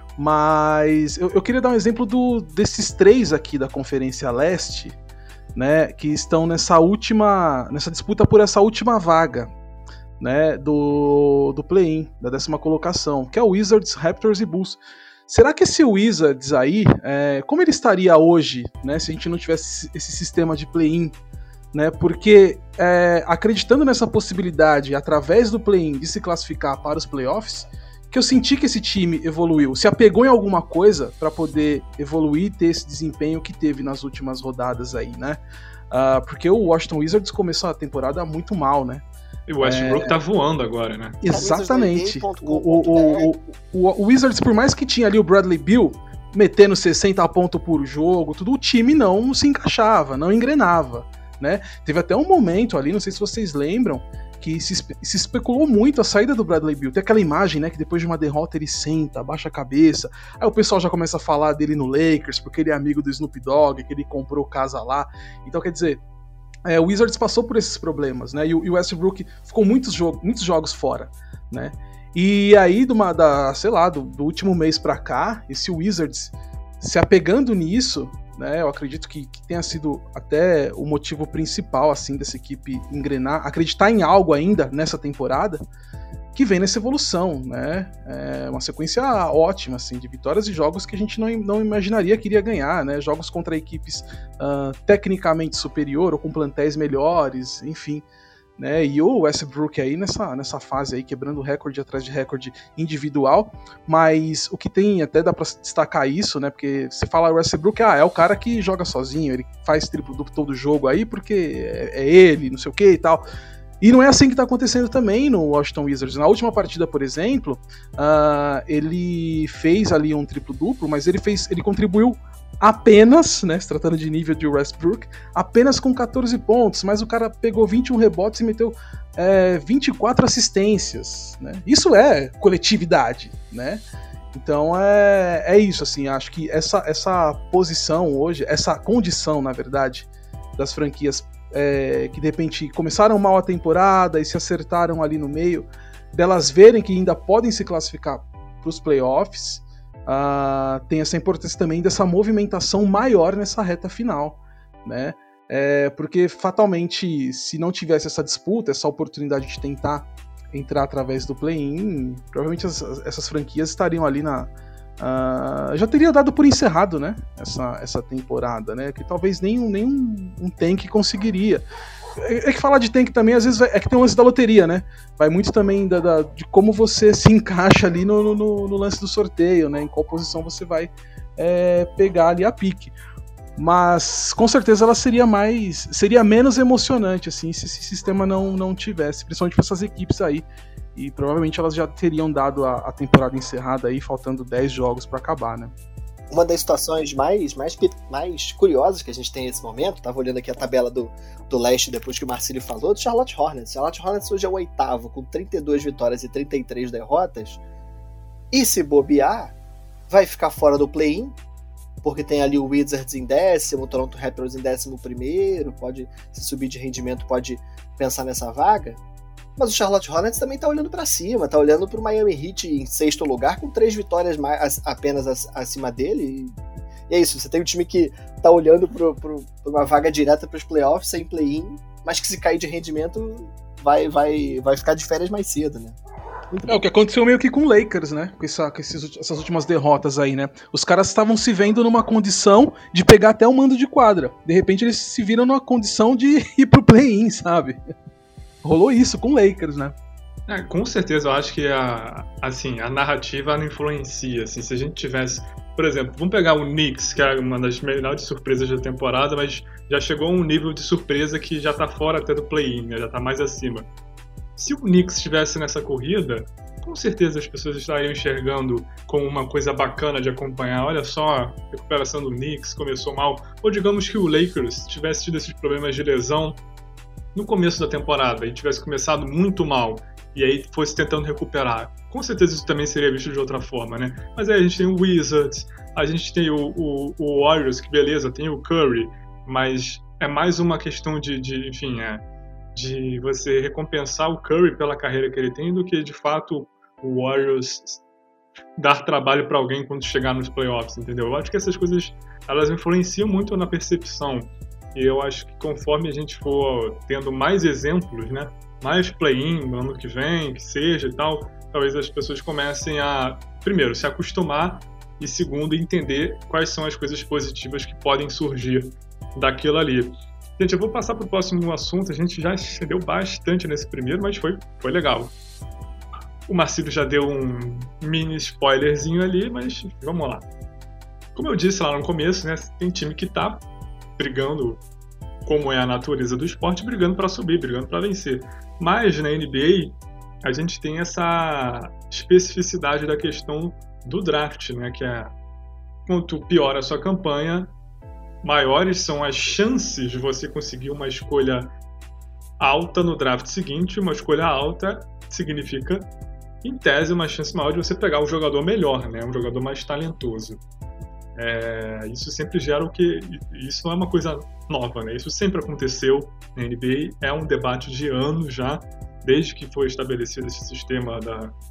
Mas eu queria dar um exemplo desses três aqui da Conferência Leste, né? Que estão nessa disputa por essa última vaga, né? Do play-in, da 10ª colocação, que é o Wizards, Raptors e Bulls. Será que esse Wizards aí, como ele estaria hoje, né, se a gente não tivesse esse sistema de play-in, né, porque acreditando nessa possibilidade, através do play-in, de se classificar para os playoffs, que eu senti que esse time evoluiu, se apegou em alguma coisa para poder evoluir e ter esse desempenho que teve nas últimas rodadas aí, né, porque o Washington Wizards começou a temporada muito mal, né. E o Westbrook tá voando agora, né? Exatamente. O Wizards, por mais que tinha ali o Bradley Beal metendo 60 pontos por jogo, tudo, o time não se encaixava, não engrenava, né? Teve até um momento ali, não sei se vocês lembram, que se especulou muito a saída do Bradley Beal. Tem aquela imagem, né, que depois de uma derrota ele senta, abaixa a cabeça, aí o pessoal já começa a falar dele no Lakers, porque ele é amigo do Snoop Dogg, que ele comprou casa lá. Então, quer dizer, o Wizards passou por esses problemas, né? E o Westbrook ficou muitos jogos fora, né? E aí, do último mês pra cá, esse Wizards se apegando nisso, né, eu acredito que tenha sido até o motivo principal, assim, dessa equipe engrenar, acreditar em algo ainda nessa temporada, que vem nessa evolução, né? É uma sequência ótima, assim, de vitórias e jogos que a gente não imaginaria que iria ganhar, né? Jogos contra equipes tecnicamente superior ou com plantéis melhores, enfim. Né, e o Westbrook aí nessa fase aí, quebrando recorde atrás de recorde individual, mas o que tem, até dá pra destacar isso, né, porque você fala o Westbrook, é o cara que joga sozinho, ele faz triplo-duplo todo jogo aí, porque é ele, não sei o que e tal, e não é assim que tá acontecendo também no Washington Wizards. Na última partida, por exemplo, ele fez ali um triplo-duplo, mas ele contribuiu apenas, né, se tratando de nível de Westbrook, apenas com 14 pontos, mas o cara pegou 21 rebotes e meteu 24 assistências, né? Isso é coletividade, né? Então é isso, assim, acho que essa posição hoje, essa condição, na verdade, das franquias que de repente começaram mal a temporada e se acertaram ali no meio, delas verem que ainda podem se classificar para os playoffs, tem essa importância também dessa movimentação maior nessa reta final, né? Porque fatalmente, se não tivesse essa disputa, essa oportunidade de tentar entrar através do play-in, provavelmente essas franquias estariam ali já teria dado por encerrado, né, essa temporada, né, que talvez nenhum tank conseguiria. É que falar de tank também, às vezes, é que tem um lance da loteria, né? Vai muito também de como você se encaixa ali no lance do sorteio, né? Em qual posição você vai pegar ali a pique. Mas, com certeza, ela seria menos emocionante, assim, se esse sistema não tivesse, principalmente para essas equipes aí. E provavelmente elas já teriam dado a temporada encerrada aí, faltando 10 jogos para acabar, né? Uma das situações mais curiosas que a gente tem nesse momento, tava olhando aqui a tabela do leste depois que o Marcílio falou, do Charlotte Hornets. Charlotte Hornets hoje é o 8º, com 32 vitórias e 33 derrotas. E se bobear, vai ficar fora do play-in, porque tem ali o Wizards em 10º, o Toronto Raptors em 11º, pode, se subir de rendimento, pode pensar nessa vaga. Mas o Charlotte Hornets também tá olhando para cima, tá olhando pro Miami Heat em 6º lugar, com 3 vitórias apenas acima dele. E é isso, você tem um time que tá olhando pra uma vaga direta pros playoffs, sem play-in, mas que se cair de rendimento vai ficar de férias mais cedo, né? O que aconteceu meio que com o Lakers, né? Com essas últimas derrotas aí, né? Os caras estavam se vendo numa condição de pegar até o mando de quadra. De repente eles se viram numa condição de ir pro play-in, sabe? Rolou isso com o Lakers, né? Com certeza, eu acho que a narrativa não influencia. Assim, se a gente tivesse, por exemplo, vamos pegar o Knicks, que é uma das melhores surpresas da temporada, mas já chegou a um nível de surpresa que já tá fora até do play-in, né? Já tá mais acima. Se o Knicks estivesse nessa corrida, com certeza as pessoas estariam enxergando como uma coisa bacana de acompanhar. Olha só, a recuperação do Knicks começou mal. Ou digamos que o Lakers tivesse tido esses problemas de lesão no começo da temporada e tivesse começado muito mal e aí fosse tentando recuperar, com certeza isso também seria visto de outra forma, né? Mas aí a gente tem o Wizards, a gente tem o Warriors, que beleza, tem o Curry, mas é mais uma questão de você recompensar o Curry pela carreira que ele tem do que de fato o Warriors dar trabalho para alguém quando chegar nos playoffs, entendeu? Eu acho que essas coisas elas influenciam muito na percepção. E eu acho que conforme a gente for tendo mais exemplos, né, mais play-in no ano que vem, que seja e tal, talvez as pessoas comecem a, primeiro, se acostumar e, segundo, entender quais são as coisas positivas que podem surgir daquilo ali. Gente, eu vou passar para o próximo assunto, a gente já estendeu bastante nesse primeiro, mas foi legal. O Marcílio já deu um mini spoilerzinho ali, mas vamos lá. Como eu disse lá no começo, né, tem time que tá brigando, como é a natureza do esporte, brigando para subir, brigando para vencer. Mas na NBA a gente tem essa especificidade da questão do draft, né? Que é quanto pior a sua campanha, maiores são as chances de você conseguir uma escolha alta no draft seguinte. Uma escolha alta significa, em tese, uma chance maior de você pegar um jogador melhor, né? Um jogador mais talentoso. Isso sempre gera o que... Isso não é uma coisa nova, né? Isso sempre aconteceu na NBA, é um debate de anos já, desde que foi estabelecido esse sistema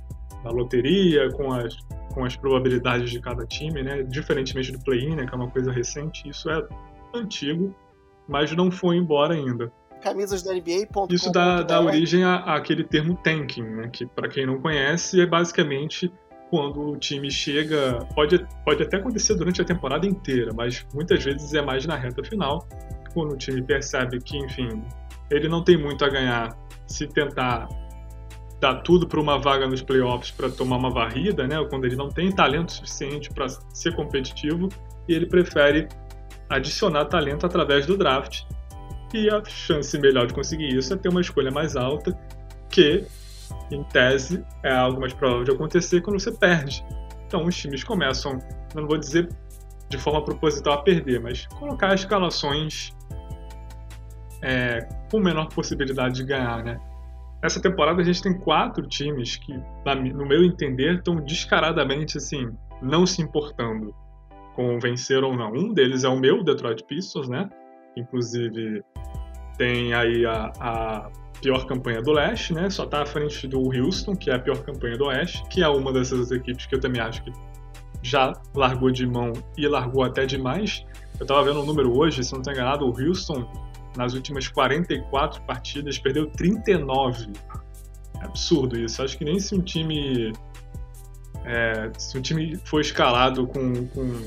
loteria, com as probabilidades de cada time, né? Diferentemente do play-in, né, que é uma coisa recente, isso é antigo, mas não foi embora ainda. Camisasdanba.com.br. Isso dá origem àquele termo tanking, né, que para quem não conhece é basicamente quando o time chega, pode até acontecer durante a temporada inteira, mas muitas vezes é mais na reta final, quando o time percebe que, enfim, ele não tem muito a ganhar se tentar dar tudo para uma vaga nos playoffs para tomar uma varrida, né, ou quando ele não tem talento suficiente para ser competitivo, e ele prefere adicionar talento através do draft. E a chance melhor de conseguir isso é ter uma escolha mais alta, que, em tese, é algo mais provável de acontecer quando você perde. Então os times começam, não vou dizer de forma proposital a perder, mas colocar escalações com menor possibilidade de ganhar, né? Essa temporada a gente tem 4 times que, no meu entender, estão descaradamente assim, não se importando com vencer ou não. Um deles é o meu, Detroit Pistons, né? Inclusive tem aí a pior campanha do leste, né? Só está à frente do Houston, que é a pior campanha do oeste, que é uma dessas equipes que eu também acho que já largou de mão e largou até demais. Eu estava vendo um número hoje, se não estou enganado, o Houston, nas últimas 44 partidas, perdeu 39. É absurdo isso. Acho que nem se um time for escalado com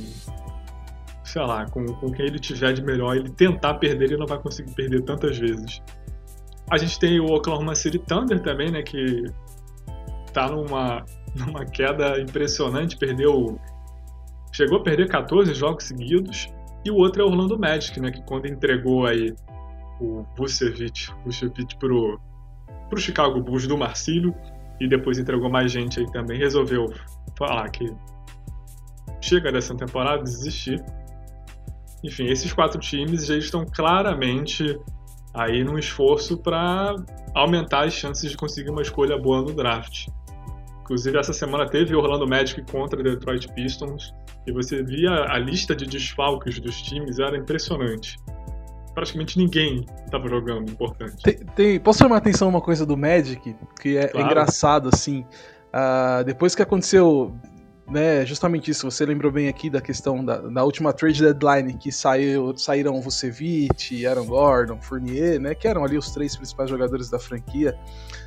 quem ele tiver de melhor, ele tentar perder, ele não vai conseguir perder tantas vezes. A gente tem o Oklahoma City Thunder também, né, que tá numa queda impressionante, chegou a perder 14 jogos seguidos, e o outro é o Orlando Magic, né, que quando entregou aí o Vucevic pro Chicago Bulls do Marcílio, e depois entregou mais gente aí também, resolveu falar que chega dessa temporada, desistir. Enfim, esses 4 times já estão claramente aí num esforço para aumentar as chances de conseguir uma escolha boa no draft. Inclusive, essa semana teve o Orlando Magic contra o Detroit Pistons, e você via a lista de desfalques dos times, era impressionante. Praticamente ninguém estava jogando importante. Posso chamar a atenção uma coisa do Magic, que é claro. Engraçado, assim. Depois que aconteceu, né, justamente isso, você lembrou bem aqui da questão da última trade deadline, que saíram Vucevic, Aaron Gordon, Fournier, né, que eram ali os 3 principais jogadores da franquia.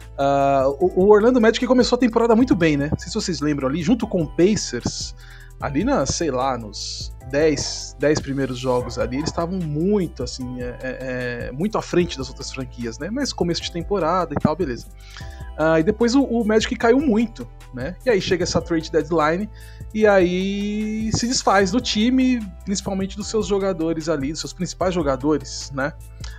O Orlando Magic começou a temporada muito bem, né? Não sei se vocês lembram ali, junto com o Pacers, ali nos 10 primeiros jogos ali, eles estavam muito, assim, muito à frente das outras franquias, né? Mas começo de temporada e tal, beleza. E depois o Magic caiu muito, né? E aí chega essa trade deadline, e aí se desfaz do time, principalmente dos seus jogadores ali, dos seus principais jogadores, né?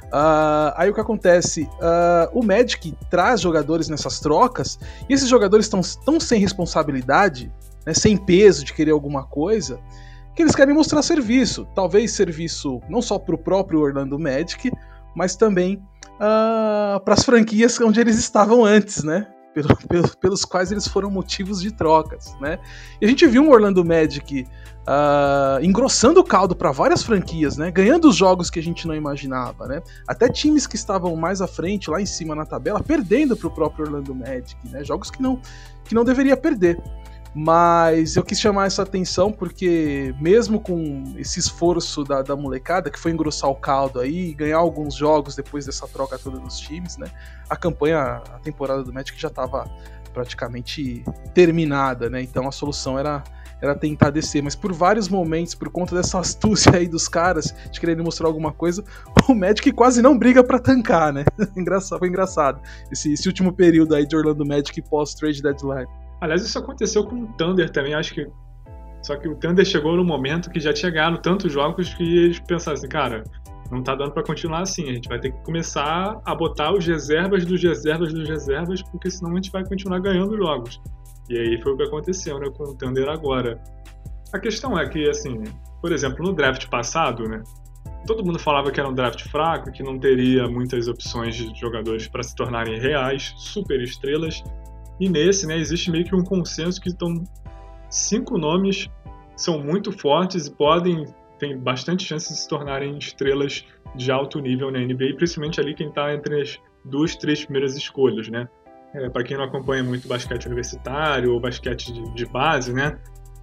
Aí o que acontece? O Magic traz jogadores nessas trocas, e esses jogadores estão tão sem responsabilidade, né, sem peso de querer alguma coisa, que eles querem mostrar serviço. Talvez serviço não só para o próprio Orlando Magic, mas também para as franquias onde eles estavam antes, né? Pelos quais eles foram motivos de trocas, né? E a gente viu um Orlando Magic engrossando o caldo para várias franquias, né? Ganhando os jogos que a gente não imaginava, né? Até times que estavam mais à frente, lá em cima na tabela, perdendo para o próprio Orlando Magic, né? Jogos que não deveria perder. Mas eu quis chamar essa atenção porque mesmo com esse esforço da molecada, que foi engrossar o caldo aí, ganhar alguns jogos depois dessa troca toda dos times, né? A temporada do Magic já estava praticamente terminada, né? Então a solução era tentar descer, mas por vários momentos, por conta dessa astúcia aí dos caras, de quererem mostrar alguma coisa, o Magic quase não briga pra tancar, né? Foi engraçado esse último período aí de Orlando Magic pós-trade deadline. Aliás, isso aconteceu com o Thunder também, acho que. Só que o Thunder chegou no momento que já tinha ganhado tantos jogos que eles pensaram assim, cara, não tá dando pra continuar assim, a gente vai ter que começar a botar os reservas dos reservas dos reservas, porque senão a gente vai continuar ganhando jogos. E aí foi o que aconteceu, né, com o Thunder agora. A questão é que, assim, por exemplo, no draft passado, né, todo mundo falava que era um draft fraco, que não teria muitas opções de jogadores para se tornarem reais, super estrelas. E nesse, né, existe meio que um consenso que estão 5 nomes são muito fortes e tem bastante chance de se tornarem estrelas de alto nível na NBA, principalmente ali quem está entre as 2, 3 primeiras escolhas, né? para quem não acompanha muito basquete universitário ou basquete de base, né?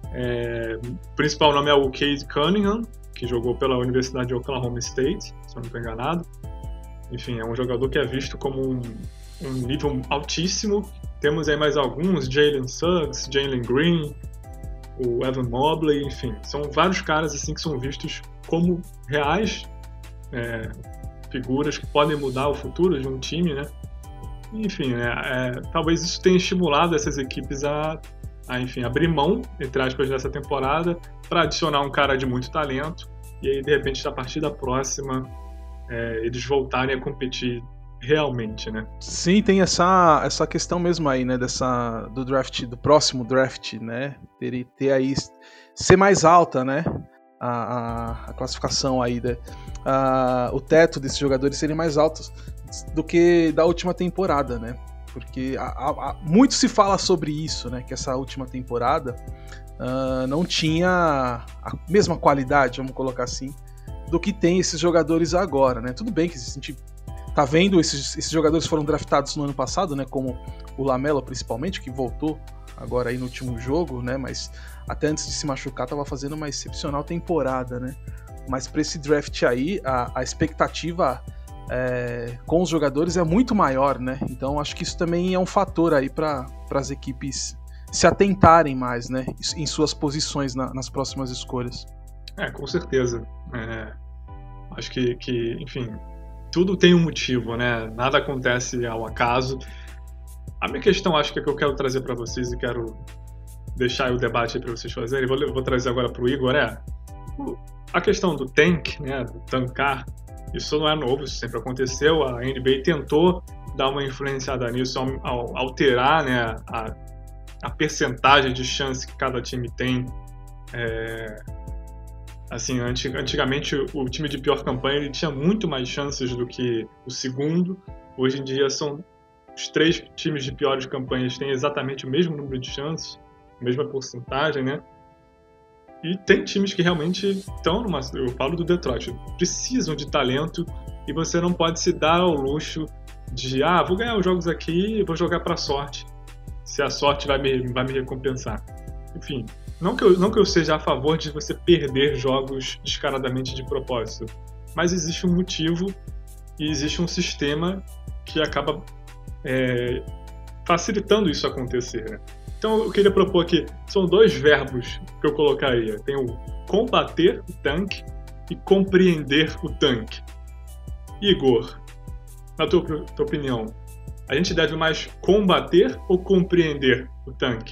O principal nome é o Cade Cunningham, que jogou pela Universidade de Oklahoma State, se eu não estou enganado. Enfim, é um jogador que é visto como um nível altíssimo. Temos aí mais alguns, Jalen Suggs, Jalen Green, o Evan Mobley, enfim. São vários caras assim, que são vistos como reais figuras que podem mudar o futuro de um time, né? Enfim, talvez isso tenha estimulado essas equipes a abrir mão, entre aspas, dessa temporada para adicionar um cara de muito talento e aí, de repente, na partida próxima, eles voltarem a competir realmente, né? Sim, tem essa questão mesmo aí, né, do draft, do próximo draft, né, ter aí, ser mais alta, né, a classificação aí, né, o teto desses jogadores serem mais altos do que da última temporada, né, porque muito se fala sobre isso, né, que essa última temporada não tinha a mesma qualidade, vamos colocar assim, do que tem esses jogadores agora, né, tudo bem que a gente tá vendo, esses jogadores foram draftados no ano passado, né, como o Lamelo principalmente, que voltou agora aí no último jogo, né, mas até antes de se machucar tava fazendo uma excepcional temporada, né, mas para esse draft aí, a expectativa com os jogadores é muito maior, né, então acho que isso também é um fator aí para as equipes se atentarem mais, né, em suas posições nas próximas escolhas. Com certeza. Acho que, enfim, tudo tem um motivo, né? Nada acontece ao acaso. A minha questão, acho que é que eu quero trazer para vocês e quero deixar o debate aí para vocês fazerem. Vou trazer agora para o Igor. A questão do tank, né? Do tancar, isso não é novo, isso sempre aconteceu. A NBA tentou dar uma influenciada nisso ao alterar, né? A percentagem de chance que cada time tem. Assim, antigamente o time de pior campanha ele tinha muito mais chances do que o segundo. Hoje em dia são os 3 times de piores campanhas têm exatamente o mesmo número de chances, a mesma porcentagem, né? E tem times que realmente estão eu falo do Detroit, precisam de talento e você não pode se dar ao luxo de vou ganhar os jogos aqui e vou jogar para sorte, se a sorte vai me recompensar. Enfim, não que eu seja a favor de você perder jogos descaradamente de propósito, mas existe um motivo e existe um sistema que acaba facilitando isso acontecer, né? Então eu queria propor aqui, são 2 verbos que eu colocaria. Tem o combater o tanque e compreender o tanque. Igor, na tua opinião, a gente deve mais combater ou compreender o tanque?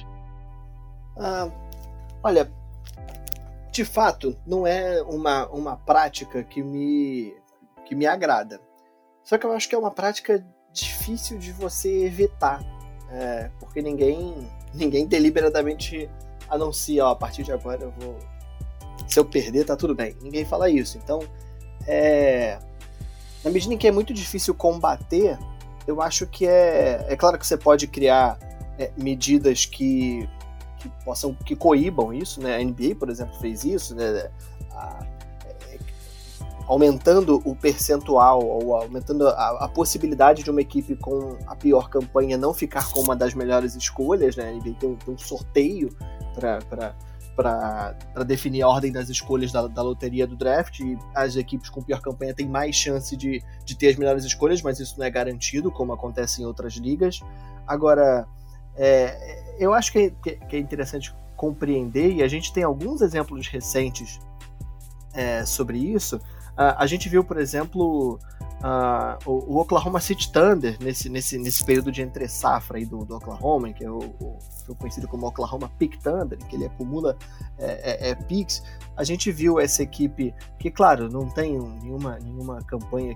Olha, de fato, não é uma prática que me agrada. Só que eu acho que é uma prática difícil de você evitar. Porque ninguém deliberadamente anuncia, a partir de agora eu vou... Se eu perder, tá tudo bem. Ninguém fala isso. Então, na medida em que é muito difícil combater, eu acho que é claro que você pode criar medidas que coíbam isso, né? A NBA, por exemplo, fez isso, né? Aumentando o percentual ou aumentando a possibilidade de uma equipe com a pior campanha não ficar com uma das melhores escolhas, né? A NBA tem um sorteio para definir a ordem das escolhas da loteria do draft, e as equipes com pior campanha têm mais chance de ter as melhores escolhas, mas isso não é garantido, como acontece em outras ligas. Agora, eu acho que é interessante compreender, e a gente tem alguns exemplos recentes sobre isso. A gente viu, por exemplo, o Oklahoma City Thunder nesse período de entre-safra aí do Oklahoma, que é o conhecido como Oklahoma Pick Thunder, que ele acumula picks. A gente viu essa equipe que, claro, não tem nenhuma campanha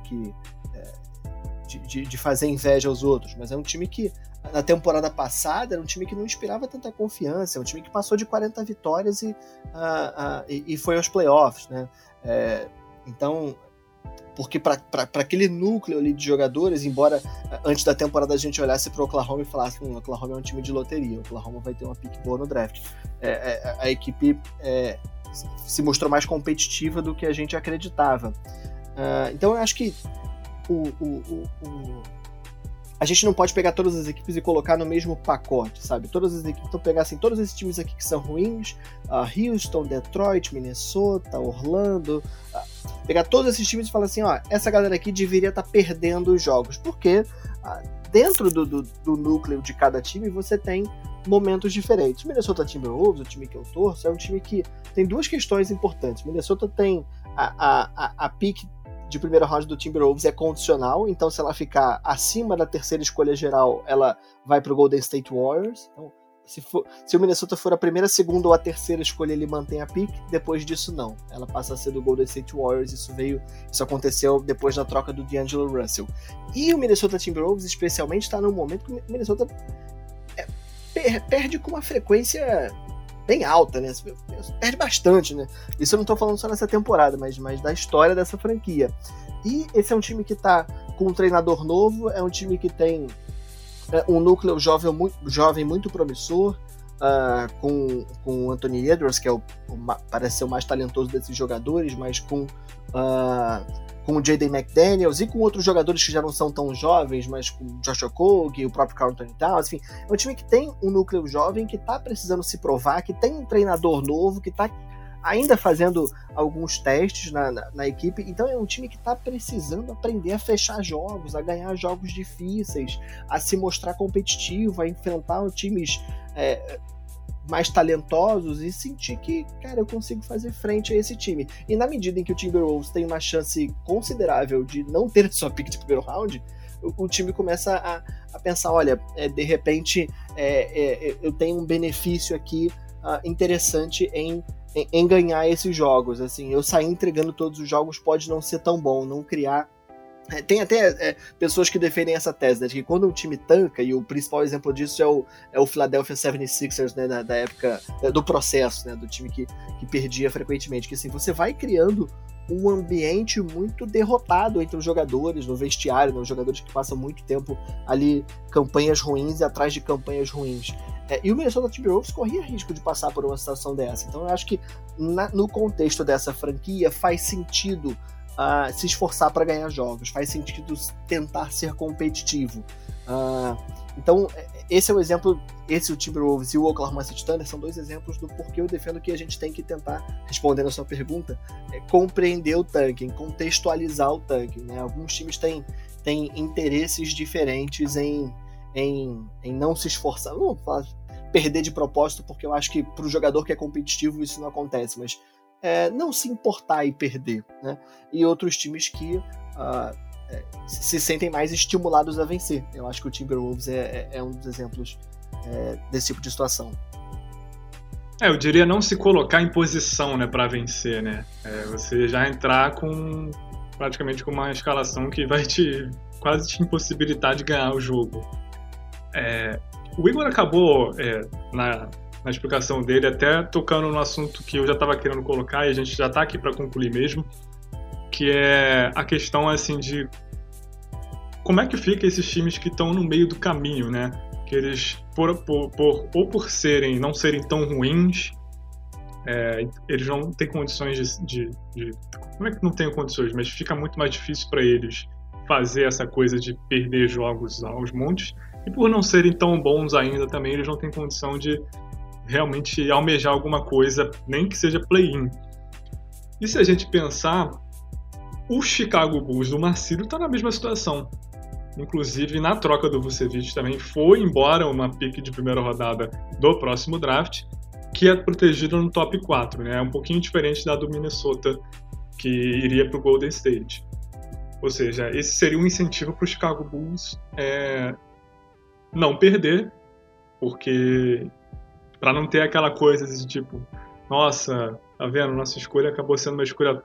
de fazer inveja aos outros, mas é um time que na temporada passada era um time que não inspirava tanta confiança, é um time que passou de 40 vitórias e foi aos playoffs, né? Então, porque para aquele núcleo ali de jogadores, embora antes da temporada a gente olhasse para o Oklahoma e falasse o Oklahoma é um time de loteria, o Oklahoma vai ter uma pick boa no draft, a equipe se mostrou mais competitiva do que a gente acreditava. Então eu acho que a gente não pode pegar todas as equipes e colocar no mesmo pacote, sabe? Todas as equipes, então pegar assim, todos esses times aqui que são ruins, Houston, Detroit, Minnesota, Orlando, pegar todos esses times e falar assim, ó, essa galera aqui deveria estar perdendo os jogos, porque dentro do núcleo de cada time você tem momentos diferentes. Minnesota Timberwolves, o time que eu torço, é um time que tem duas questões importantes. Minnesota tem a pick de primeiro round do Timberwolves é condicional, então se ela ficar acima da terceira escolha geral, ela vai pro Golden State Warriors. Então, se o Minnesota for a primeira, segunda ou a terceira escolha, ele mantém a pick. Depois disso, não. Ela passa a ser do Golden State Warriors. Isso aconteceu depois da troca do D'Angelo Russell. E o Minnesota Timberwolves, especialmente, está num momento que o Minnesota perde com uma frequência bem alta, né? Perde bastante, né? Isso eu não tô falando só nessa temporada, mas da história dessa franquia. E esse é um time que tá com um treinador novo, é um time que tem um núcleo jovem muito promissor, com o Anthony Edwards, que parece ser o mais talentoso desses jogadores, mas com o Jaden McDaniels e com outros jogadores que já não são tão jovens, mas com o Josh Okogie, o próprio Karl Anthony Towns, enfim, é um time que tem um núcleo jovem, que está precisando se provar, que tem um treinador novo, que está ainda fazendo alguns testes na equipe, então é um time que está precisando aprender a fechar jogos, a ganhar jogos difíceis, a se mostrar competitivo, a enfrentar times mais talentosos e sentir que, cara, eu consigo fazer frente a esse time. E na medida em que o Timberwolves tem uma chance considerável de não ter sua pick de primeiro round, o time começa a pensar, olha, de repente eu tenho um benefício aqui interessante em ganhar esses jogos. Assim, eu sair entregando todos os jogos pode não ser tão bom, não criar. Tem até pessoas que defendem essa tese, né, de que quando um time tanca, e o principal exemplo disso é o Philadelphia 76ers, né, da época do processo, né, do time que perdia frequentemente, que assim, você vai criando um ambiente muito derrotado entre os jogadores, no vestiário, né, os jogadores que passam muito tempo ali, campanhas ruins e atrás de campanhas ruins. E o Minnesota Timberwolves corria risco de passar por uma situação dessa. Então eu acho que no contexto dessa franquia faz sentido se esforçar para ganhar jogos, faz sentido tentar ser competitivo. Então esse é o exemplo, o Timberwolves e o Oklahoma City Thunder são dois exemplos do porquê eu defendo que a gente tem que tentar, respondendo a sua pergunta, compreender o tanking, contextualizar o tanking, né? Alguns times têm interesses diferentes em não se esforçar, não falar perder de propósito, porque eu acho que para o jogador que é competitivo isso não acontece, mas não se importar e perder, né? E outros times que se sentem mais estimulados a vencer. Eu acho que o Timberwolves é um dos exemplos desse tipo de situação. Eu diria não se colocar em posição, né, para vencer, né? Você já entrar praticamente com uma escalação que vai quase te impossibilitar de ganhar o jogo. O Igor acabou, na explicação dele, até tocando no assunto que eu já estava querendo colocar, e a gente já está aqui para concluir mesmo, que é a questão assim de como é que fica esses times que estão no meio do caminho, né? Que eles, por não serem tão ruins, eles não têm condições de... Como é que não tem condições? Mas fica muito mais difícil para eles fazer essa coisa de perder jogos aos montes. E por não serem tão bons ainda também, eles não têm condição de realmente almejar alguma coisa, nem que seja play-in. E se a gente pensar, o Chicago Bulls do Marcílio está na mesma situação. Inclusive, na troca do Vucevic também foi embora uma pick de primeira rodada do próximo draft, que é protegida no top 4, né? É um pouquinho diferente da do Minnesota, que iria para o Golden State. Ou seja, esse seria um incentivo para o Chicago Bulls não perder, porque para não ter aquela coisa de tipo, nossa, tá vendo, nossa escolha acabou sendo uma escolha,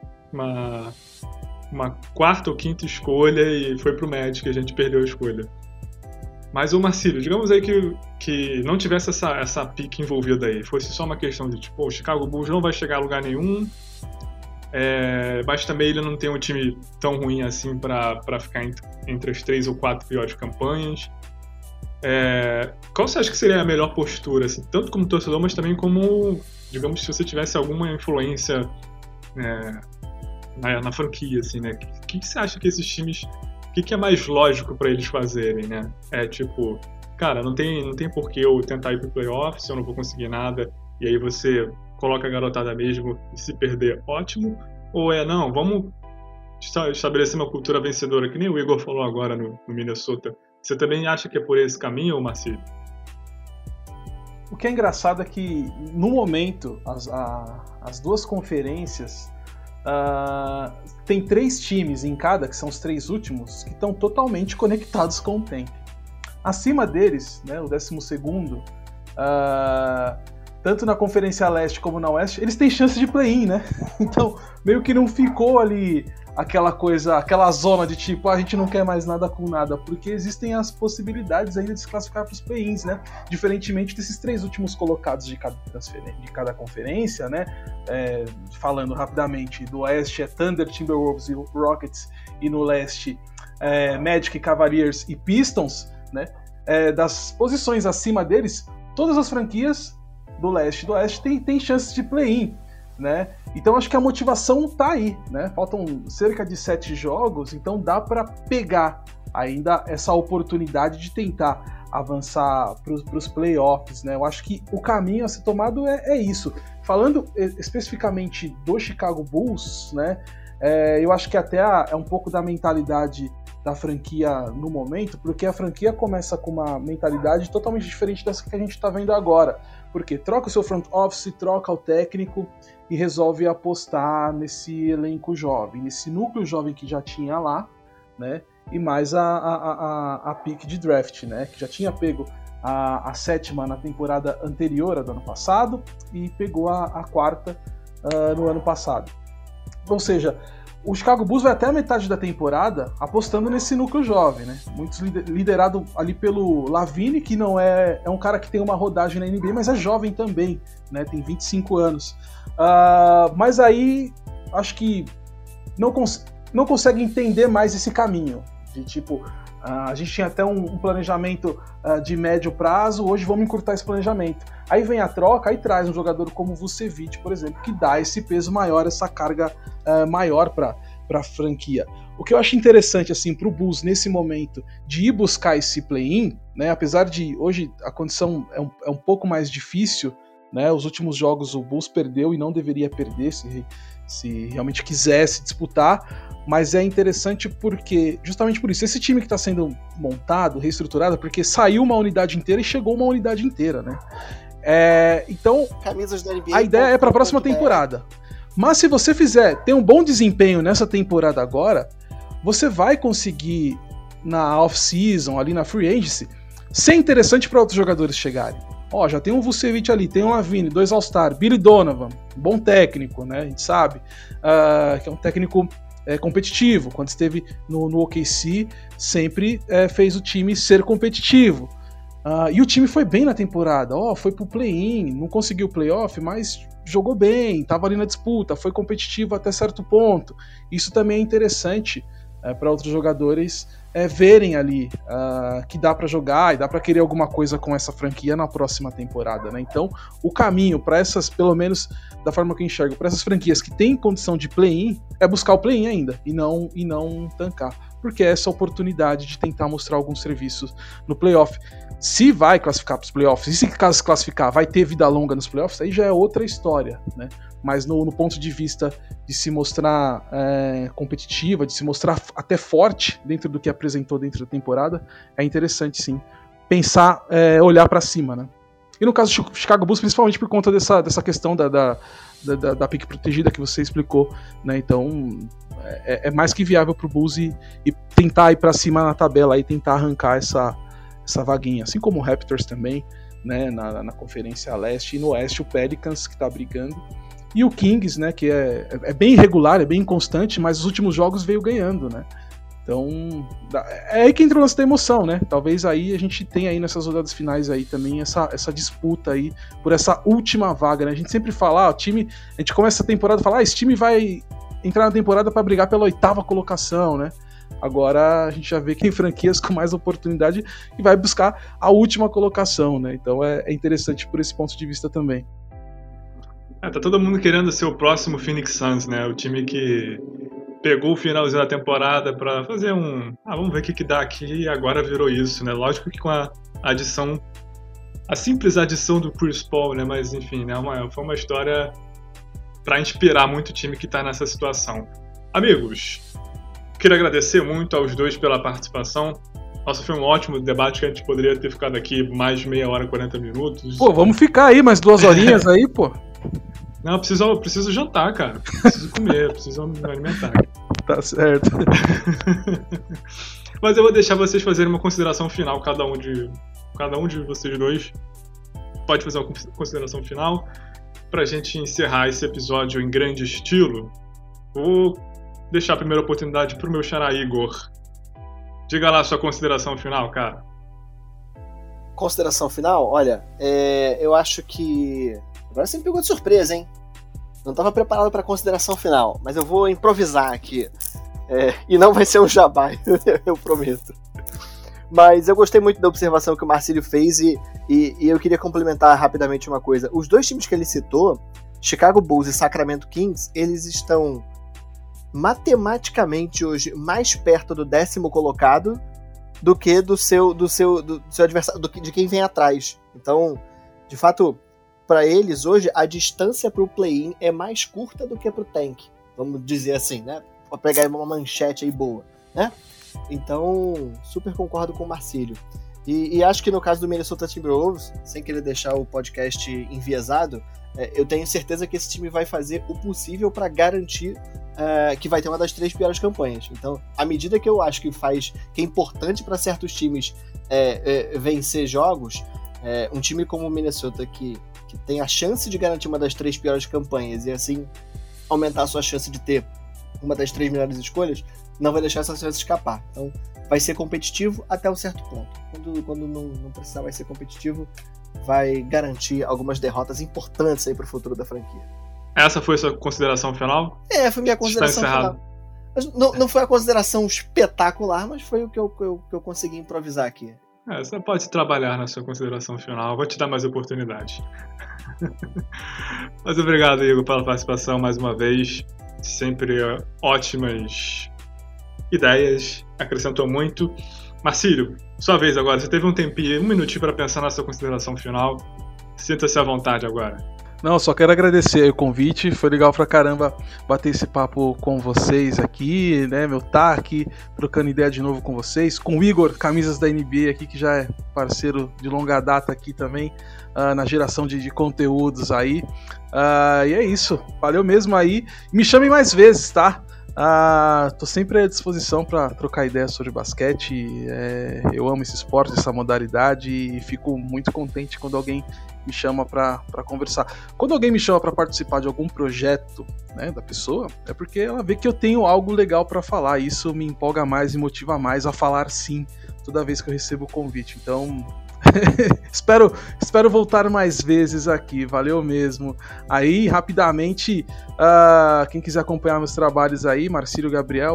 uma quarta ou quinta escolha e foi pro Magic, a gente perdeu a escolha. Mas o Marcílio, digamos aí que não tivesse essa pick envolvida aí, fosse só uma questão de tipo, o Chicago Bulls não vai chegar a lugar nenhum, mas também ele não tem um time tão ruim assim para ficar entre as 3 ou 4 piores campanhas. Qual você acha que seria a melhor postura, assim, tanto como torcedor, mas também como, digamos, se você tivesse alguma influência na franquia, assim, né? O que você acha que esses times o que é mais lógico para eles fazerem, né? É tipo, cara, não tem por que eu tentar ir pro playoff se eu não vou conseguir nada, e aí você coloca a garotada mesmo e se perder, ótimo. Ou não, vamos estabelecer uma cultura vencedora, que nem o Igor falou agora no Minnesota. Você também acha que é por esse caminho, Marcílio? O que é engraçado é que, no momento, as duas conferências tem 3 times em cada, que são os 3 últimos, que estão totalmente conectados com o tank. Acima deles, né, o 12º, tanto na Conferência Leste como na Oeste, eles têm chance de play-in, né? Então, meio que não ficou ali aquela zona de tipo, a gente não quer mais nada com nada, porque existem as possibilidades ainda de se classificar para os play-ins, né? Diferentemente desses 3 últimos colocados de cada conferência, né? Falando rapidamente, do Oeste é Thunder, Timberwolves e Rockets, e no Leste Magic, Cavaliers e Pistons, né? Das posições acima deles, todas as franquias do Leste e do Oeste têm chances de play-in, né? Então acho que a motivação tá aí, né? Faltam cerca de 7 jogos, então dá para pegar ainda essa oportunidade de tentar avançar para os playoffs, né? Eu acho que o caminho a ser tomado é isso. Falando especificamente do Chicago Bulls, né? Eu acho que até é um pouco da mentalidade da franquia no momento, porque a franquia começa com uma mentalidade totalmente diferente dessa que a gente está vendo agora. Porque troca o seu front office, troca o técnico e resolve apostar nesse elenco jovem, nesse núcleo jovem que já tinha lá, né? E mais a pick de draft, né? Que já tinha pego a 7ª na temporada anterior, a do ano passado, e pegou a 4ª no ano passado. Ou seja, o Chicago Bulls vai até a metade da temporada apostando nesse núcleo jovem, né? Muitos liderado ali pelo Lavine, que não é um cara que tem uma rodagem na NBA, mas é jovem também, né? Tem 25 anos. Mas aí acho que não consegue entender mais esse caminho de tipo, a gente tinha até um planejamento de médio prazo, hoje vamos encurtar esse planejamento. Aí vem a troca, aí traz um jogador como o Vucevic, por exemplo, que dá esse peso maior, essa carga maior para a franquia. O que eu acho interessante assim, para o Bulls nesse momento de ir buscar esse play-in, né, apesar de hoje a condição é um pouco mais difícil, né, os últimos jogos o Bulls perdeu e não deveria perder se realmente quisesse disputar, mas é interessante porque, justamente por isso, esse time que está sendo montado, reestruturado, porque saiu uma unidade inteira e chegou uma unidade inteira, né? Então, a ideia é para a próxima temporada. Mas se você ter um bom desempenho nessa temporada agora, você vai conseguir na off-season, ali na free agency, ser interessante para outros jogadores chegarem. Já tem um Vucevic ali, tem um Lavine, 2 All-Star, Billy Donovan, bom técnico, né? A gente sabe que é um técnico competitivo. Quando esteve no OKC, sempre fez o time ser competitivo. E o time foi bem na temporada, foi pro play-in, não conseguiu o playoff, mas jogou bem, estava ali na disputa, foi competitivo até certo ponto. Isso também é interessante para outros jogadores verem ali que dá para jogar e dá para querer alguma coisa com essa franquia na próxima temporada, né? Então, o caminho para essas, pelo menos da forma que eu enxergo, para essas franquias que têm condição de play-in, é buscar o play-in ainda e não tancar, porque é essa oportunidade de tentar mostrar alguns serviços no playoff. Se vai classificar para os playoffs, e se caso se classificar vai ter vida longa nos playoffs, aí já é outra história, né? Mas no ponto de vista de se mostrar competitiva, de se mostrar até forte dentro do que apresentou dentro da temporada, é interessante sim pensar, olhar para cima, né? E no caso do Chicago Bulls, principalmente por conta dessa questão da pick protegida que você explicou, né? Então é mais que viável pro Bulls e tentar ir para cima na tabela e tentar arrancar essa vaguinha, assim como o Raptors também, né? Na Conferência Leste, e no Oeste o Pelicans que tá brigando. E o Kings, né, que é bem irregular, é bem inconstante, mas os últimos jogos veio ganhando, né? Então, é aí que entra o lance da emoção, né? Talvez aí a gente tenha aí nessas rodadas finais aí também essa disputa aí por essa última vaga, né? A gente sempre fala, o time, a gente começa a temporada e fala, esse time vai entrar na temporada para brigar pela 8ª colocação, né? Agora a gente já vê que tem franquias com mais oportunidade e vai buscar a última colocação, né? Então é interessante por esse ponto de vista também. Tá todo mundo querendo ser o próximo Phoenix Suns, né? O time que pegou o finalzinho da temporada pra fazer vamos ver o que dá aqui, e agora virou isso, né? Lógico que com a simples adição do Chris Paul, né? Mas enfim, né? Foi uma história pra inspirar muito o time que tá nessa situação. Amigos, queria agradecer muito aos dois pela participação. Nossa, foi um ótimo debate que a gente poderia ter ficado aqui mais meia hora, 40 minutos. Pô, vamos ficar aí mais 2 horinhas aí, pô. Não, eu preciso jantar, cara. Preciso comer, preciso me alimentar. Tá certo. Mas eu vou deixar vocês fazerem uma consideração final, cada um de vocês dois. Pode fazer uma consideração final. Pra gente encerrar esse episódio em grande estilo, vou deixar a primeira oportunidade pro meu xará Igor. Diga lá a sua consideração final, cara. Consideração final? Olha, eu acho que... Agora você me pegou de surpresa, hein? Não estava preparado para a consideração final, mas eu vou improvisar aqui. E não vai ser um jabá, eu prometo. Mas eu gostei muito da observação que o Marcílio fez e eu queria complementar rapidamente uma coisa. Os 2 times que ele citou, Chicago Bulls e Sacramento Kings, eles estão matematicamente hoje mais perto do 10º colocado do que do seu adversário, de quem vem atrás. Então, de fato, para eles hoje a distância para o play-in é mais curta do que para o tank, vamos dizer assim, né? Para pegar uma manchete aí boa, né? Então, super concordo com o Marcílio. E acho que no caso do Minnesota Timberwolves, sem querer deixar o podcast enviesado, eu tenho certeza que esse time vai fazer o possível para garantir que vai ter uma das 3 piores campanhas. Então, à medida que eu acho que é importante para certos times vencer jogos, um time como o Minnesota que tem a chance de garantir uma das 3 piores campanhas e assim aumentar a sua chance de ter uma das 3 melhores escolhas, não vai deixar essa chance escapar. Então, vai ser competitivo até um certo ponto. Quando não precisar vai ser competitivo, vai garantir algumas derrotas importantes aí pro futuro da franquia. Essa foi a sua consideração final? Foi minha consideração final. Mas não foi a consideração espetacular, mas foi o que eu consegui improvisar aqui. Você pode trabalhar na sua consideração final. Vou te dar mais oportunidade. Mas obrigado, Igor, pela participação mais uma vez. Sempre ótimas ideias. Acrescentou muito. Marcílio, sua vez agora. Você teve um tempinho, 1 minutinho para pensar na sua consideração final. Sinta-se à vontade agora. Não, só quero agradecer o convite, foi legal pra caramba bater esse papo com vocês aqui, né, tá aqui trocando ideia de novo com vocês, com o Igor, camisas da NBA aqui, que já é parceiro de longa data aqui também, na geração de conteúdos aí, e é isso, valeu mesmo aí, me chamem mais vezes, tá? Tô sempre à disposição para trocar ideias sobre basquete, eu amo esse esporte, essa modalidade e fico muito contente quando alguém me chama para conversar. Quando alguém me chama para participar de algum projeto, né, da pessoa, é porque ela vê que eu tenho algo legal para falar, e isso me empolga mais e motiva mais a falar sim toda vez que eu recebo o convite, então espero voltar mais vezes aqui, valeu mesmo. Aí, rapidamente, quem quiser acompanhar meus trabalhos aí, Marcílio Gabriel,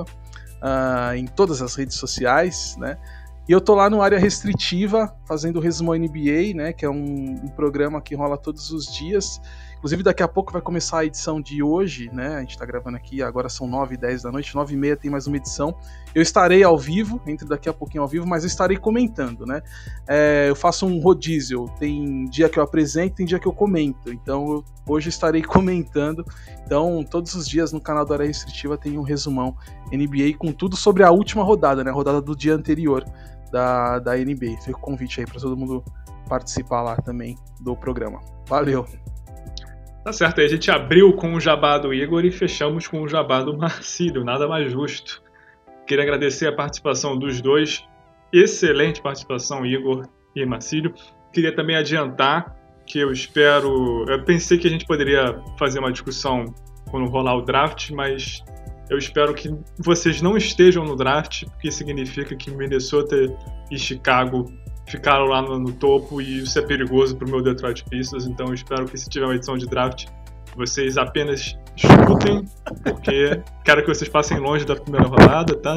@ em todas as redes sociais, né? E eu tô lá no Área Restritiva, fazendo o Resumão NBA, né? Que é um programa que rola todos os dias. Inclusive, daqui a pouco vai começar a edição de hoje, né? A gente tá gravando aqui, agora são 9h10 da noite, 9h30 tem mais uma edição. Eu estarei ao vivo, entro daqui a pouquinho ao vivo, mas eu estarei comentando, né? Eu faço um rodízio, tem dia que eu apresento, tem dia que eu comento. Então, hoje estarei comentando. Então, todos os dias no canal da Área Restritiva tem um resumão NBA com tudo sobre a última rodada, né? A rodada do dia anterior da NBA. Fica o convite aí para todo mundo participar lá também do programa. Valeu! Tá certo, aí a gente abriu com o jabá do Igor e fechamos com o jabá do Marcílio, nada mais justo. Queria agradecer a participação dos dois, excelente participação, Igor e Marcílio. Queria também adiantar que eu pensei que a gente poderia fazer uma discussão quando rolar o draft, mas eu espero que vocês não estejam no draft, porque significa que Minnesota e Chicago ficaram lá no topo e isso é perigoso para o meu Detroit Pistons, então eu espero que se tiver uma edição de draft, vocês apenas escutem, porque quero que vocês passem longe da primeira rodada, tá?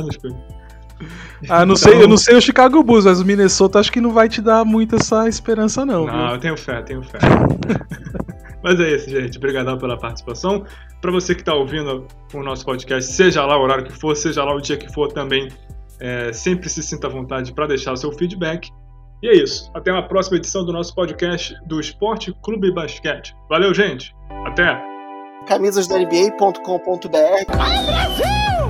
Eu não sei o Chicago Bulls, mas o Minnesota acho que não vai te dar muito essa esperança não. Não, viu? eu tenho fé. Mas é isso, gente. Obrigadão pela participação. Para você que está ouvindo o nosso podcast, seja lá o horário que for, seja lá o dia que for também, sempre se sinta à vontade para deixar o seu feedback. E é isso. Até uma próxima edição do nosso podcast do Esporte Clube Basquete. Valeu, gente. Até! Camisasdanba.com.br.